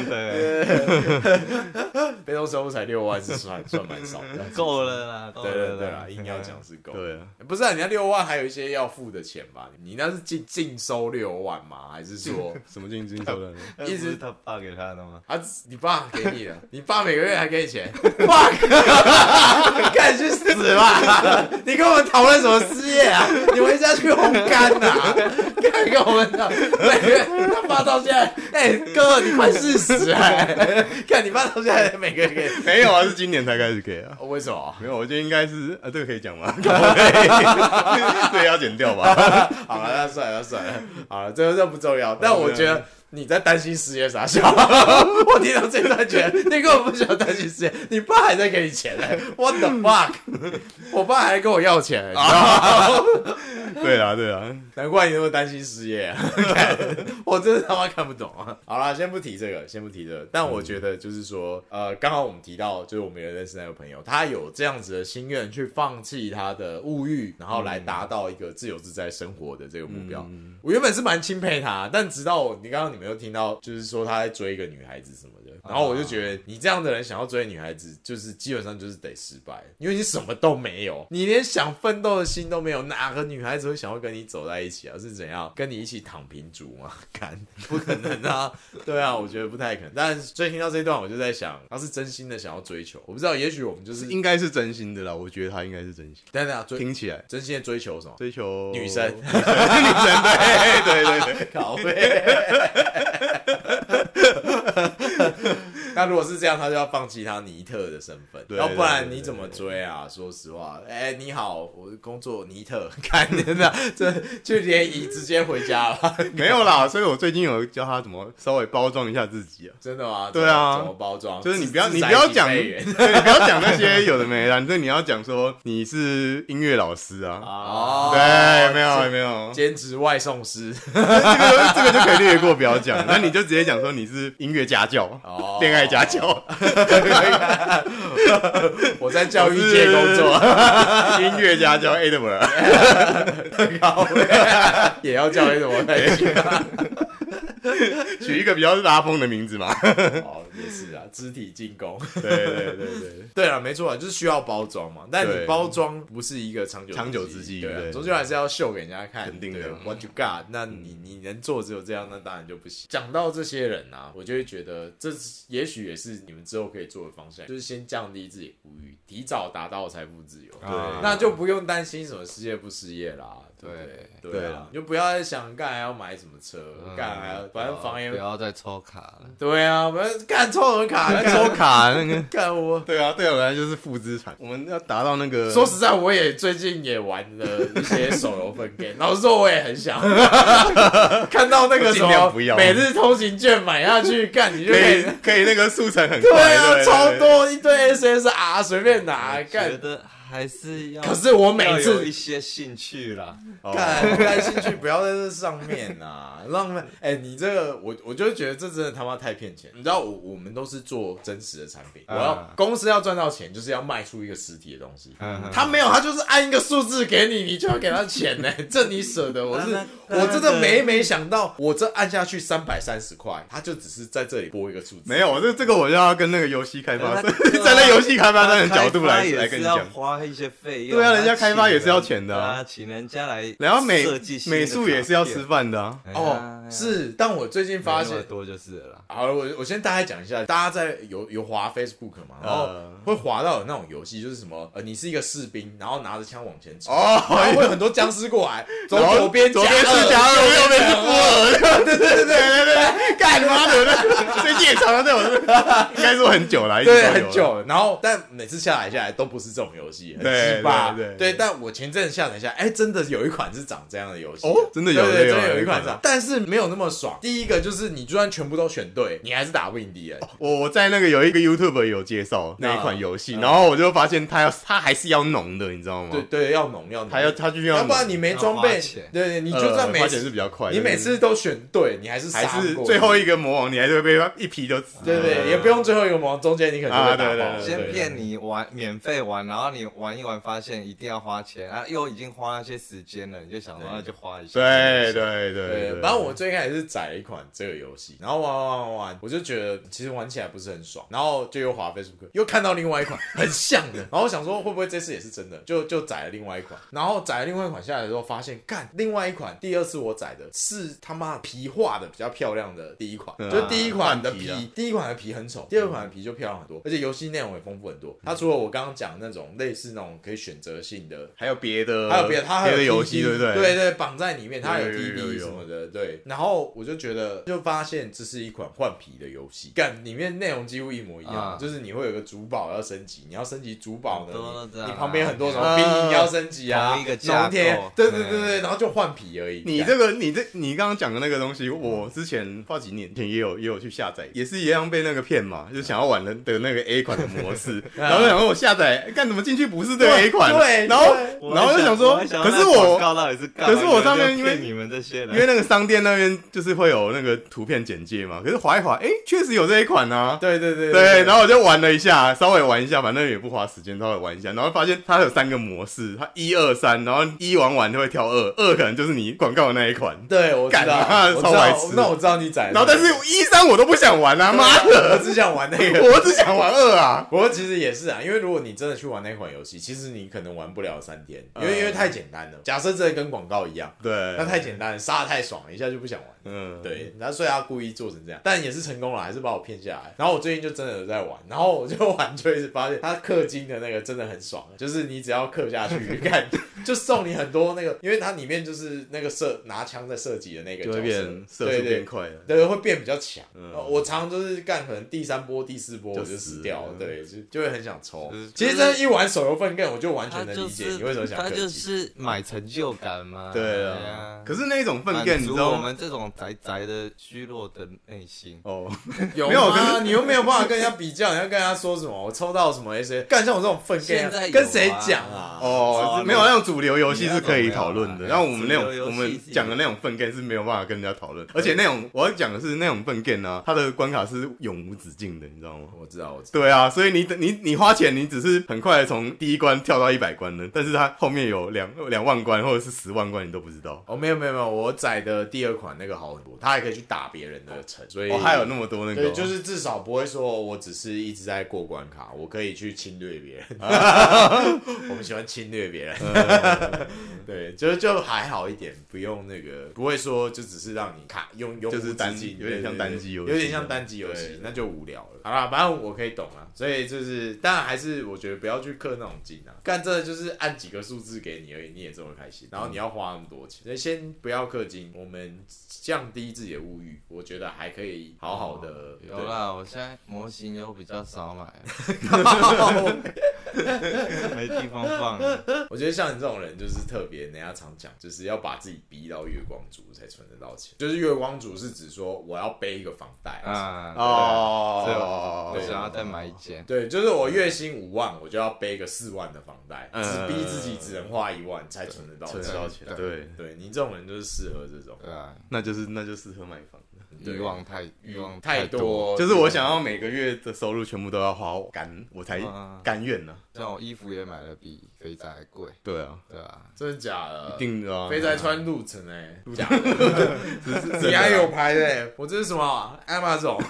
的， 被动收入才6万是算蛮少的， 够了啦。 对啦，硬要讲是够。 对啊， 不是啊，你那6万还有一些要付的钱吧？你那是净收6万吗？还是说什么净收的？ 一直他爸给他的吗？ 你爸给你的，你爸每个月还给你钱？fuck， 赶紧去死吧！你跟我们讨论什么失业啊？你回家去烘干呐！看跟我们讨，每个月他爸到现在，哥你快40哎！看你爸到现在每个月没有啊，是今年才开始给啊。 为什么？ 没有，我觉得应该是这个可以讲吗？这个要剪掉吧。 好了，那算了，好了，这不重要。但我觉得你在担心失业傻笑。我听到这段觉得你根本不需要担心失业，你爸还在给你钱嘞。What the fuck？ 我爸还跟我要钱，你知道吗？ 对啦， 难怪你那么担心失业啊！我真的他妈看不懂啊！好啦，先不提这个。但我觉得就是说，刚好我们提到，就是我们也认识那个朋友，他有这样子的心愿，去放弃他的物欲，然后来达到一个自由自在生活的这个目标。我原本是蛮钦佩他，但直到你们有听到，就是说他在追一个女孩子什么的，然后我就觉得你这样的人想要追女孩子，就是基本上就是得失败，因为你什么都没有，你连想奋斗的心都没有，哪个女孩子会想要跟你走在一起啊？是怎样跟你一起躺平族吗？干，不可能啊！对啊，我觉得不太可能。但所以听到这一段，我就在想，他是真心的想要追求，我不知道，也许我们就是应该是真心的啦。我觉得他应该是真心。 等听起来真心的追求什么？ 追求女生， 对， 靠背。那如果是这样，他就要放弃他尼特的身份，要不然你怎么追啊？说实话，你好，我工作尼特，看真的，这就联谊直接回家了。 没有啦，所以我最近有教他怎么稍微包装一下自己啊。 真的吗？ 对啊， 怎么包装？ 就是你不要讲，对，你不要讲那些有的没的，你要讲说你是音乐老师啊。 哦， 对，没有， 兼职外送师， 这个就可以略过，不要讲。那你就直接讲说你是音乐家教，恋爱家教。 我在教育界工作， 音乐家教 Edward， 也要叫 Edward 才行。 取一个比较拉风的名字嘛。 哦，也是啊，肢体进攻。对啊，没错啊，就是需要包装嘛。但你包装不是一个长久之计，对，终究还是要秀给人家看。 肯定的 ，What you got？ 那你能做只有这样，那当然就不行。讲到这些人啊，我就会觉得这也许也是你们之后可以做的方向，就是先降低自己的物欲，提早达到财富自由。对，那就不用担心什么失业不失业啦。对啊，你就不要再想干还要买什么车，干还要反正房也不要再抽卡了。 对啊，不要干抽什么卡， 抽卡那个干我。 对啊，对我来就是负资产，我们要达到那个。 说实在，我也最近也玩了一些手游分 game， 老实说我也很想看到那个什么每日通行券买下去，干你就可以那个速成很快， 对啊，超多一堆 SSR 随便拿，干。 觉得还是要， 可是我每次要有一些兴趣啦。 感兴趣不要在这上面啊，让你这个我就觉得这真的他妈太骗钱。你知道我们都是做真实的产品，公司要赚到钱，就是要卖出一个实体的东西。他没有，他就是按一个数字给你，你就要给他钱呢，这你舍得？我真的没想到，我这按下去330块，他就只是在这里拨一个数字。 没有，这个我就要跟那个游戏开发商站在游戏开发商的角度来跟你讲， 花一些费用。 对啊，人家开发也是要钱的啊， 请人家来， 然后美术也是要吃饭的啊。是，但我最近发现多就是了啦。 好了，我先大概讲一下，大家在有滑 Facebook 嘛，然后会滑到有那种游戏，就是什么你是一个士兵，然后拿着枪往前冲，然后会有很多僵尸过来，左边是加二， 右边是波尔，对，干妈的，最近也常常在我这边，应该说很久了， 对，很久了。然后但每次下来都不是这种游戏，很鸡巴，对。但我前阵子下载下来，真的有一款是长这样的游戏， 真的有， 真的有一款长，但是没有那么爽。第一个就是你就算全部都选对，你还是打不赢敌人。 我在那个有一个 YouTuber 有介绍那一款游戏，然后我就发现他还是要浓的，你知道吗？ 对，要浓， 他就要不然你没装备，对，你就算花钱是比较快， 你每次都选对，你还是最后一个魔王，你还是会被他一批就死。 对，也不用最后一个魔王，中间你可能就被打爆。 先骗你玩免费玩，然后你玩一玩发现一定要花钱啊，又已经花那些时间了，你就想说那就花一下。 对。反正我最开始是载了一款这个游戏，然后玩，我就觉得其实玩起来不是很爽，然后就又滑 Facebook， 又看到另外一款很像的，然后我想说会不会这次也是真的，就载了另外一款，然后载了另外一款下来的时候发现，干另外一款第二次我载的是他妈皮画的比较漂亮的第一款，就是第一款的皮很丑，第二款的皮就漂亮很多，而且游戏内容也丰富很多。它除了我刚刚讲那种类似那种可以选择性的， 还有别的， 它还有游戏，对不对？ 对，绑在里面，它有 TD 什么的，对。然后我就觉得，就发现这是一款换皮的游戏，干里面内容几乎一模一样，就是你会有个主宝要升级，你要升级主宝呢，你旁边很多什么兵营要升级啊，农田，对，然后就换皮而已。 你刚刚讲的那个东西，我之前不知道几年前也有去下载，也是一样被那个骗嘛，就是想要玩的那个 A 款的模式，然后想说我下载干怎么进去不是这个 A 款， 对， 然后就想说，可是我上面因为你们这些人， 因为那个商店那边就是会有那个图片简介嘛，可是滑一滑，确实有这一款啊， 对， 然后我就玩了一下，稍微玩一下，反正也不花时间，稍微玩一下，然后发现它有3个模式，它1、2、3，然后1玩完就会跳2可能就是你广告的那一款， 对，我知道， 超白痴， 那我知道你载， 然后但是1、3我都不想玩啊，妈的， 我只想玩那个， 我只想玩2啊。 不过其实也是啊，因为如果你真的去玩那款游戏，其实你可能玩不了3天，因为太简单了。假设这跟广告一样， 对， 那太简单了，杀得太爽了，一下就不想玩。对，然后所以他故意做成这样，但也是成功了，还是把我骗下来。然后我最近就真的有在玩，然后我就玩就一直发现他氪金的那个真的很爽，就是你只要氪下去，看就送你很多那个，因为它里面就是那个拿枪在射击的那个角色， 就会变射速变快了， 对，会变比较强。我常常就是干，可能第3波、第4波我就死掉了，对，就会很想抽。其实真的，一玩手游分羹，我就完全能理解你为什么想氪金。 他就是买成就感嘛。 对啊，可是那种分羹，你知道我们这种宅的虚弱的内心有没有？可是你又没有办法跟人家比较，你要跟人家说什么？我抽到什么 SA？干像我这种分羹，跟谁讲啊？ 没有那种主流游戏是可以讨论的，然后我们讲的那种分羹是没有办法跟人家讨论，而且那种我要讲的是那种分羹啊，它的关卡是永无止境的，你知道吗？ 我知道。 对啊，所以你花钱，你只是很快的从第1关跳到100关了，但是它后面有2万关或者是10万关，你都不知道。 没有，我载的第2款那个好很多，它还可以去打别人的城，所以还有那么多那个， 对，就是至少不会说我只是一直在过关卡，我可以去侵略别人。我们喜欢侵略别人，对，就还好一点，不用那个，不会说就只是让你用就是单机，有点像单机游戏， 有点像单机游戏，那就无聊了。好啦，反正我可以懂啦，所以就是当然还是我觉得不要去氪那种金啊，干这就是按几个数字给你而已，你也这么开心，然后你要花那么多钱，所以先不要氪金，我们降低自己的物欲，我觉得还可以好好的。 有啦，我现在模型有比较少买，没地方放。 我觉得像你这种人就是特别，人家常讲，就是要把自己逼到月光族才存得到钱。就是月光族是指说我要背一个房贷啊， 哦， 我想要再买一间。 对，就是我月薪5万，我就要背个4万的房贷，只逼自己只能花1万才存得到钱。 对， 对你这种人就是适合这种。 对啊， 那就适合买房的。 欲望太多， 就是我想要每个月的收入全部都要花我才甘愿呢。 像我衣服也买的比肥宅还贵。 对啊， 真的假的？ 一定的啊。 肥宅穿路程假的，你还有牌的？我这是什么 Amazon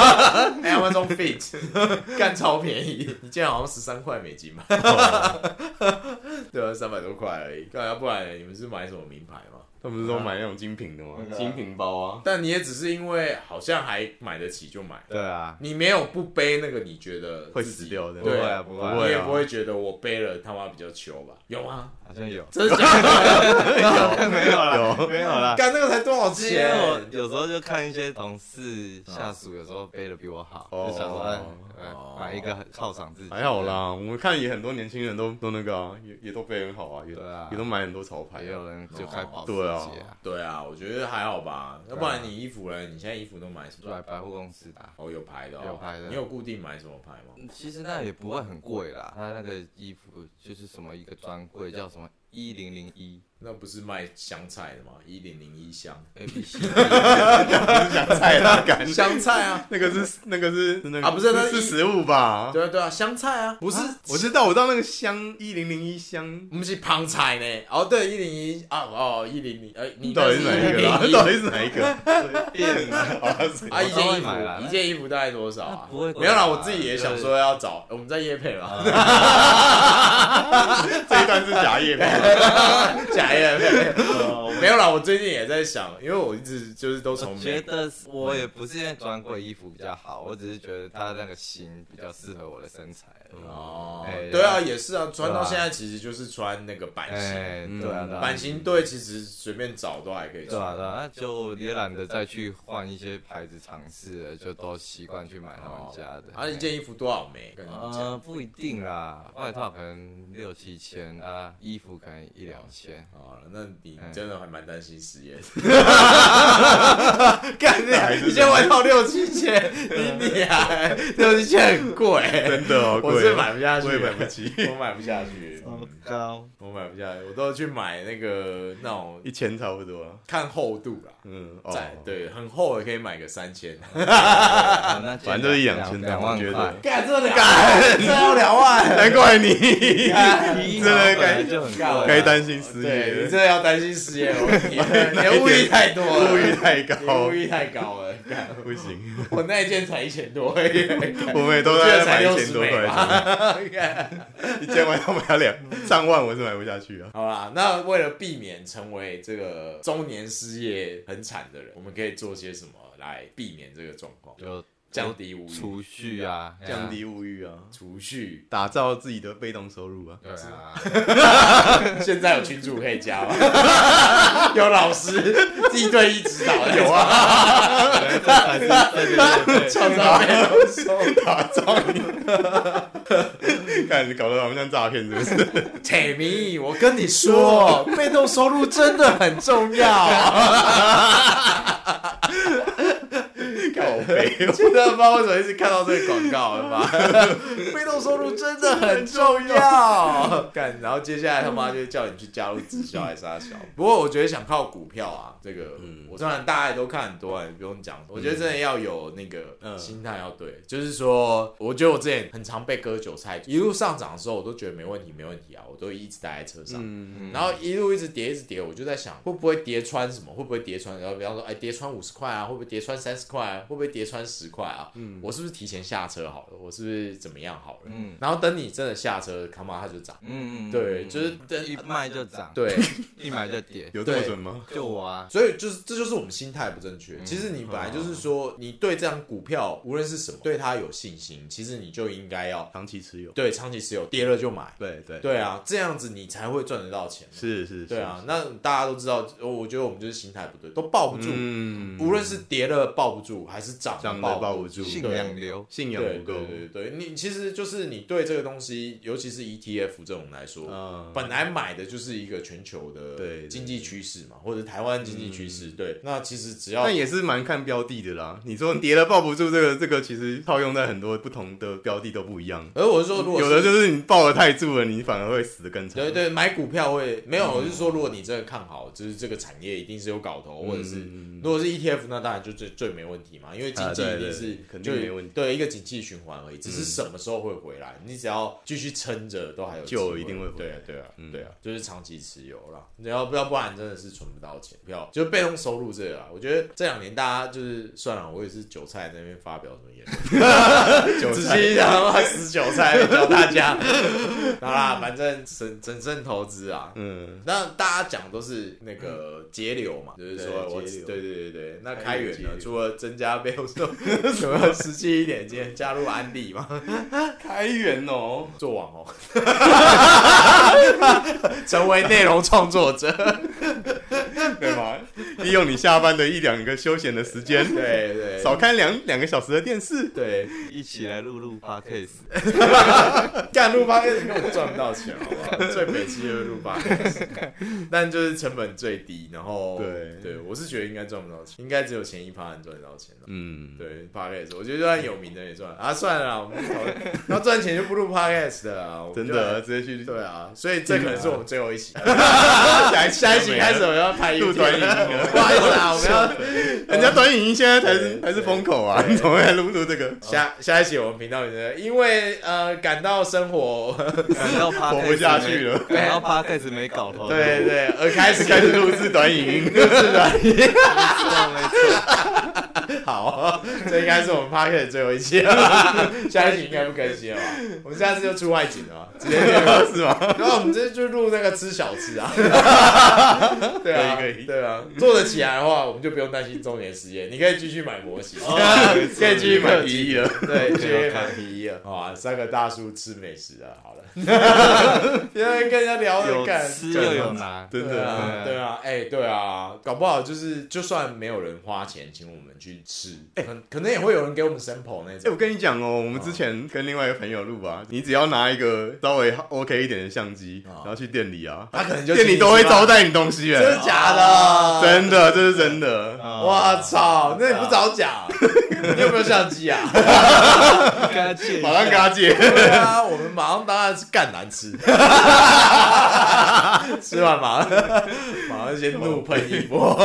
Fit， 干超便宜，你竟然好像13块美金吧？对啊，300多块而已。要不然你们是买什么名牌吗？ 他们是说买那种精品的吗？精品包啊。 但你也只是因为好像还买得起就买。 对啊， 你没有不背那个，你觉得会死掉的？ 对啊，不会， 你也不会觉得我背了他妈比较糗吧？有吗？ 好像有， 真的假的？ 没有啦。 干那个才多少钱？ 我有时候就看一些同事下属，有时候背的比我好，就想说买一个犒赏自己。 还好啦，我们看也很多年轻人都那个啊，也都背很好啊，也都买很多潮牌， 也有人就开保时捷啊。 对啊，我觉得还好吧。要不然你衣服呢？你现在衣服都买什么？ 来百货公司的。 哦，有牌的。 有牌的。 你有固定买什么牌吗？ 其实那也不会很贵啦，他那个衣服就是什么一个专柜叫什么1001。 那不是卖香菜的吗？1001香 ABC， 香菜啦，干香菜啊， 那个是那个啊，不是那是食物吧？ 对啊，香菜啊，不是， 我知道那个香1001香， 不是旁菜呢。哦，对，101啊，哦100，你到底是哪一个啦？到底是哪一个？ 啊，一件衣服大概多少啊？ 不会， 没有啦，我自己也想说要找，我们在业配嘛。 这一段是假业配。 假业配，没有啦。我最近也在想，因为我一直就是都从觉得我也不是因为专柜衣服比较好，我只是觉得它那个型比较适合我的身材。 哦，对啊，也是啊，穿到现在其实就是穿那个版型， 对啊， 版型对，其实随便找都还可以穿。 对啊，那就也懒得再去换一些牌子尝试了，就都习惯去买他们家的。 啊，一件衣服多少枚？ 不一定啦，外套可能6、7千啊，衣服可能1、2千。 好了，那你真的还蛮担心失业的。干你一件外套6、7千，你还6、7千很贵， 真的哦， 我是买不下去， 我也买不起， 我买不下去， 高， 我买不下去，我都去买那种 1000差不多， 看厚度啦，对，很厚的可以买个3000， 反正就是1、2千， 2万块， 干这要2万， 难怪你真的该担心失业， 你真的要担心失业问题，你的物欲太多了， 物欲太高， 物欲太高了， 不行， 我那一件才1000多而已， 我们也都在买1000多块，一件外套买了3万，我是买不下去啊。 好啦，那为了避免成为这个中年失业很惨的人，我们可以做些什么来避免这个状况？ 就降低物欲、 储蓄啊， 降低物欲啊， 储蓄， 打造自己的被动收入啊。 对啊， 现在有群主可以加吗？有老师1对1指导，有啊，创造被动收入， 打造你，看你搞得好像诈骗，是不是 ？Tammy， 我跟你说，被动收入真的很重要。 靠北， 真的不知道为什么一直看到这个广告，妈，被动收入真的很重要。干，然后接下来他妈就叫你去加入直销还是啥小。不过我觉得想靠股票啊，这个，我虽然大家都看很多，不用讲，我觉得真的要有那个心态要对，就是说，我觉得我之前很常被割韭菜，一路上涨的时候，我都觉得没问题啊，我都一直待在车上，然后一路一直跌，我就在想，会不会跌穿什么？会不会跌穿？然后比方说，跌穿50块啊，会不会跌穿30块啊？会不会跌穿10块啊，我是不是提前下车好了？我是不是怎么样好了？然后等你真的下车，他妈它就涨。对，就是一卖就涨， 对， 一买就跌， 有这么准吗？ 就我啊。 所以这就是我们心态不正确。其实你本来就是说，你对这张股票无论是什么，对它有信心，其实你就应该要长期持有， 对，长期持有，跌了就买。 对啊，这样子你才会赚得到钱。 是， 对啊。那大家都知道，我觉得我们就是心态不对，都抱不住。无论是跌了抱不住，还是涨了抱不住， 信仰流， 信仰不够。 对，你其实就是你对这个东西，尤其是 ETF 这种来说，本来买的就是一个全球的经济趋势嘛，或者台湾经济趋势。对，那其实只要但也是蛮看标的的啦。你说跌了抱不住，这个其实套用在很多不同的标的都不一样。 而我是说，如果有的就是你抱得太住了，你反而会死得更惨。 对，买股票会没有，我是说，如果你真的看好，就是这个产业一定是有搞头，或者是如果是 ETF，那当然就最没问题嘛，因为经济一定是肯定没问题。 对，一个景气循环而已，只是什么时候会回来，你只要继续撑着，都还有机会， 就一定会回来。 对啊，就是长期持有啦。要不然真的是存不到钱，票就是被动收入这个啦。我觉得这2年大家就是算了，我也是韭菜在那边发表什么言论，仔细想死韭菜教大家。好啦，反正审慎投资啊。那大家讲都是那个节流嘛，就是说对。那开源呢，除了增加备用收入，有没有实际一点？今天加入安利嘛？ 开源哦， 做网红，成为内容创作者， 对吗？利用你下班的1-2个休闲的时间， 对， 少看2个小时的电视， 对， 一起来录 podcast， 干录 podcast 根本赚不到钱，好不好？最北七就是录 podcast， 但就是成本最低，然后对，我是觉得应该赚不到钱，应该只有前1%能赚得到钱。对 podcast， 我觉得就算有名的也赚啊，算了啦，我们不讨论，要赚钱就不录 podcast 的啦， 真的直接去对啊，所以这可能是我们最后一期， 下一期开始我们要拍录短影音了， 不好意思啊，我们要人家短影音现在才是风口啊，你怎么会录这个？ 下一期我们频道里面，因为感到生活活不下去了， 感到 podcast 没搞头， 对，而开始录制短影音， 没错。 好，这应该是我们 podcast 最后一期了，下一期应该不更新了吧？我们下次就出外景了，直接是吗？ 然后我们直接就录那个吃小吃啊， 可以， 对啊，做得起来的话，我们就不用担心中年失业，你可以继续买模型，可以继续买 PE 了，对，继续买 PE 了，好啊，3个大叔吃美食啊，好了，现在跟人家聊有吃又有拿， 真的， 对啊，搞不好就算没有人花钱请我们去吃，可能也会有人给我们 sample 那种。 我跟你讲哦，我们之前跟另外一个朋友录啊，你只要拿一个稍微 OK 一点的相机，然后去店里啊， 他可能就店里都会招待你东西， 真的假的？ 真的，这是真的。 我操，那你不早讲？你有没有相机啊？ 马上跟他借。 对啊，我们马上当然是干难吃，吃完马上先怒喷一波。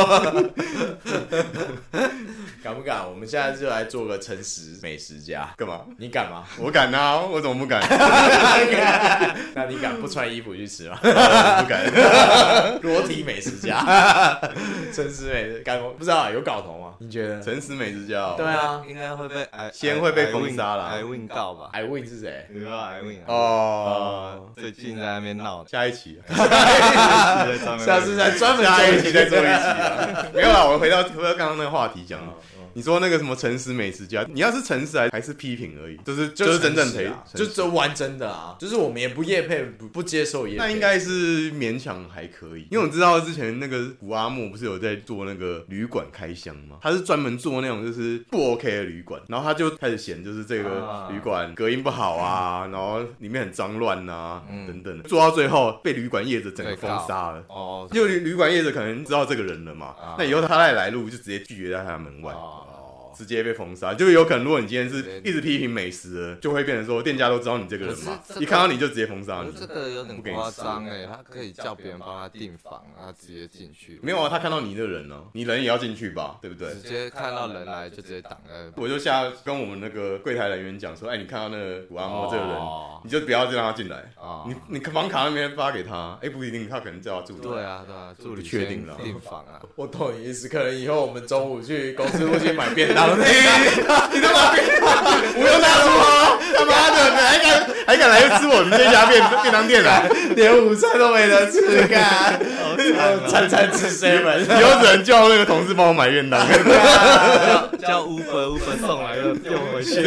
敢不敢？我们现在就来做个诚实美食家。 干嘛？ 你敢吗？ 我敢啊！我怎么不敢？ 那你敢不穿衣服去吃吗？ 不敢。 裸体美食家，诚实美食敢不知道有搞头吗？你觉得？ 诚实美食家？ 对啊， 应该会被先会被封杀啦。 iWin 告吧 ？iWin 是谁？ 你知道 iWin 哦， 最近在那边闹。 下一期， 下次再专门下一期再做一期啊。没有啦，我回到刚刚那个话题讲。你说那个什么诚实美食家，你要是诚实还是批评而已，就是真正赔， 就玩真的啊，就是我们也不业配，不接受业配， 那应该是勉强还可以，因为我知道之前那个古阿莫不是有在做那个旅馆开箱吗？他是专门做那种就是不 OK 的旅馆，然后他就开始嫌就是这个旅馆隔音不好啊，然后里面很脏乱啊等等的，做到最后被旅馆业者整个封杀了。哦，就旅馆业者可能知道这个人了嘛，那以后他再来录就直接拒绝在他的门外。直接被封杀，就有可能，如果你今天是一直批评美食的，就会变成说店家都知道你这个人嘛，一看到你就直接封杀你。 这个有点夸张哎，他可以叫别人帮他订房，他直接进去。 没有啊，他看到你的人呢，你人也要进去吧，对不对？ 直接看到人来就直接挡了。 我就跟我们那个柜台人员讲说，哎，你看到那个古阿莫这个人， 你就不要让他进来。 哦你房卡那边发给他，不一定，他可能叫他助理。 对啊，助理确定了订房啊。 我懂你意思，可能以后我们中午去公司附近买便当， 你他妈不用大说，他妈的，还敢来吃我们这家便当店啊？ 连午餐都没得吃，干，餐餐吃 7， 以后只能叫那个同事帮我买便当， 叫 Uber 送来的丢回去。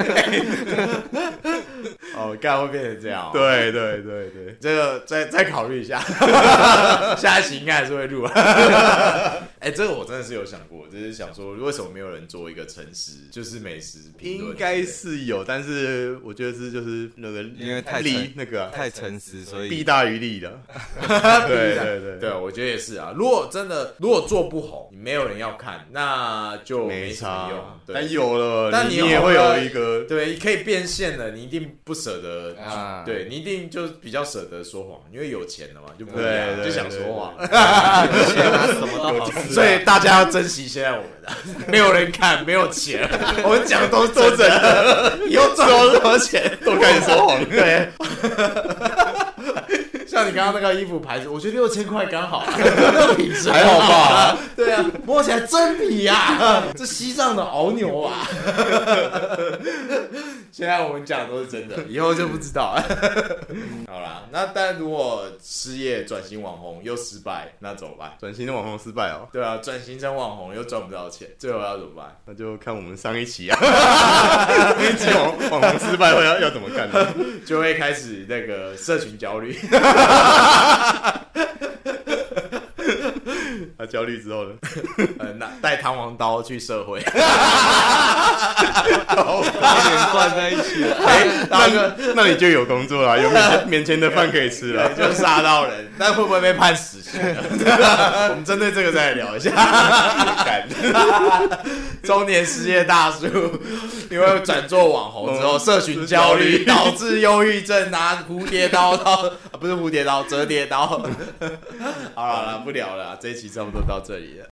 哦，干会变成这样。 对， 这个再考虑一下，下一期应该还是会录。这个我真的是有想过，就是想说为什么没有人做一个诚实，就是美食评论？ 应该是有，但是我觉得就是那个因为太太诚实，所以弊大于利的。对， 我觉得也是啊。如果做不红，你没有人要看，那就没什么用。 但有了， 但你也会有一个对，可以变现了，你一定不舍得啊， 对你一定就比较舍得说谎，因为有钱了嘛，就不一对样，就想说谎。 有钱啊，什么都好吃。 所以大家要珍惜现在我们的，没有人看，没有钱，我们讲的都是真的，以后赚多少钱都开始说谎。 对。像你刚刚那个衣服牌子，我觉得6000块刚好，品质还好吧？ 对啊，摸起来真皮啊，这西藏的牦牛啊。现在我们讲的都是真的，以后就不知道了。好啦，那但如果失业转型网红又失败，那怎么办？ 转型的网红失败哦。 对啊，转型成网红又赚不到钱，最后要怎么办？ 那就看我们上一期啊，上一期网红失败会要怎么干呢？ 就会开始那个社群焦虑。 他焦虑之后呢？ 带弹簧刀去社会， 把脸灌在一起了。 那你就有工作了，有免钱的饭可以吃了， 就杀到人，但会不会被判死刑？我们针对这个再来聊一下。中年失业大叔，因为转做网红之后，社群焦虑导致忧郁症，拿蝴蝶刀不是蝴蝶刀，折叠刀。好了，不聊了，这一期差不多到这里了。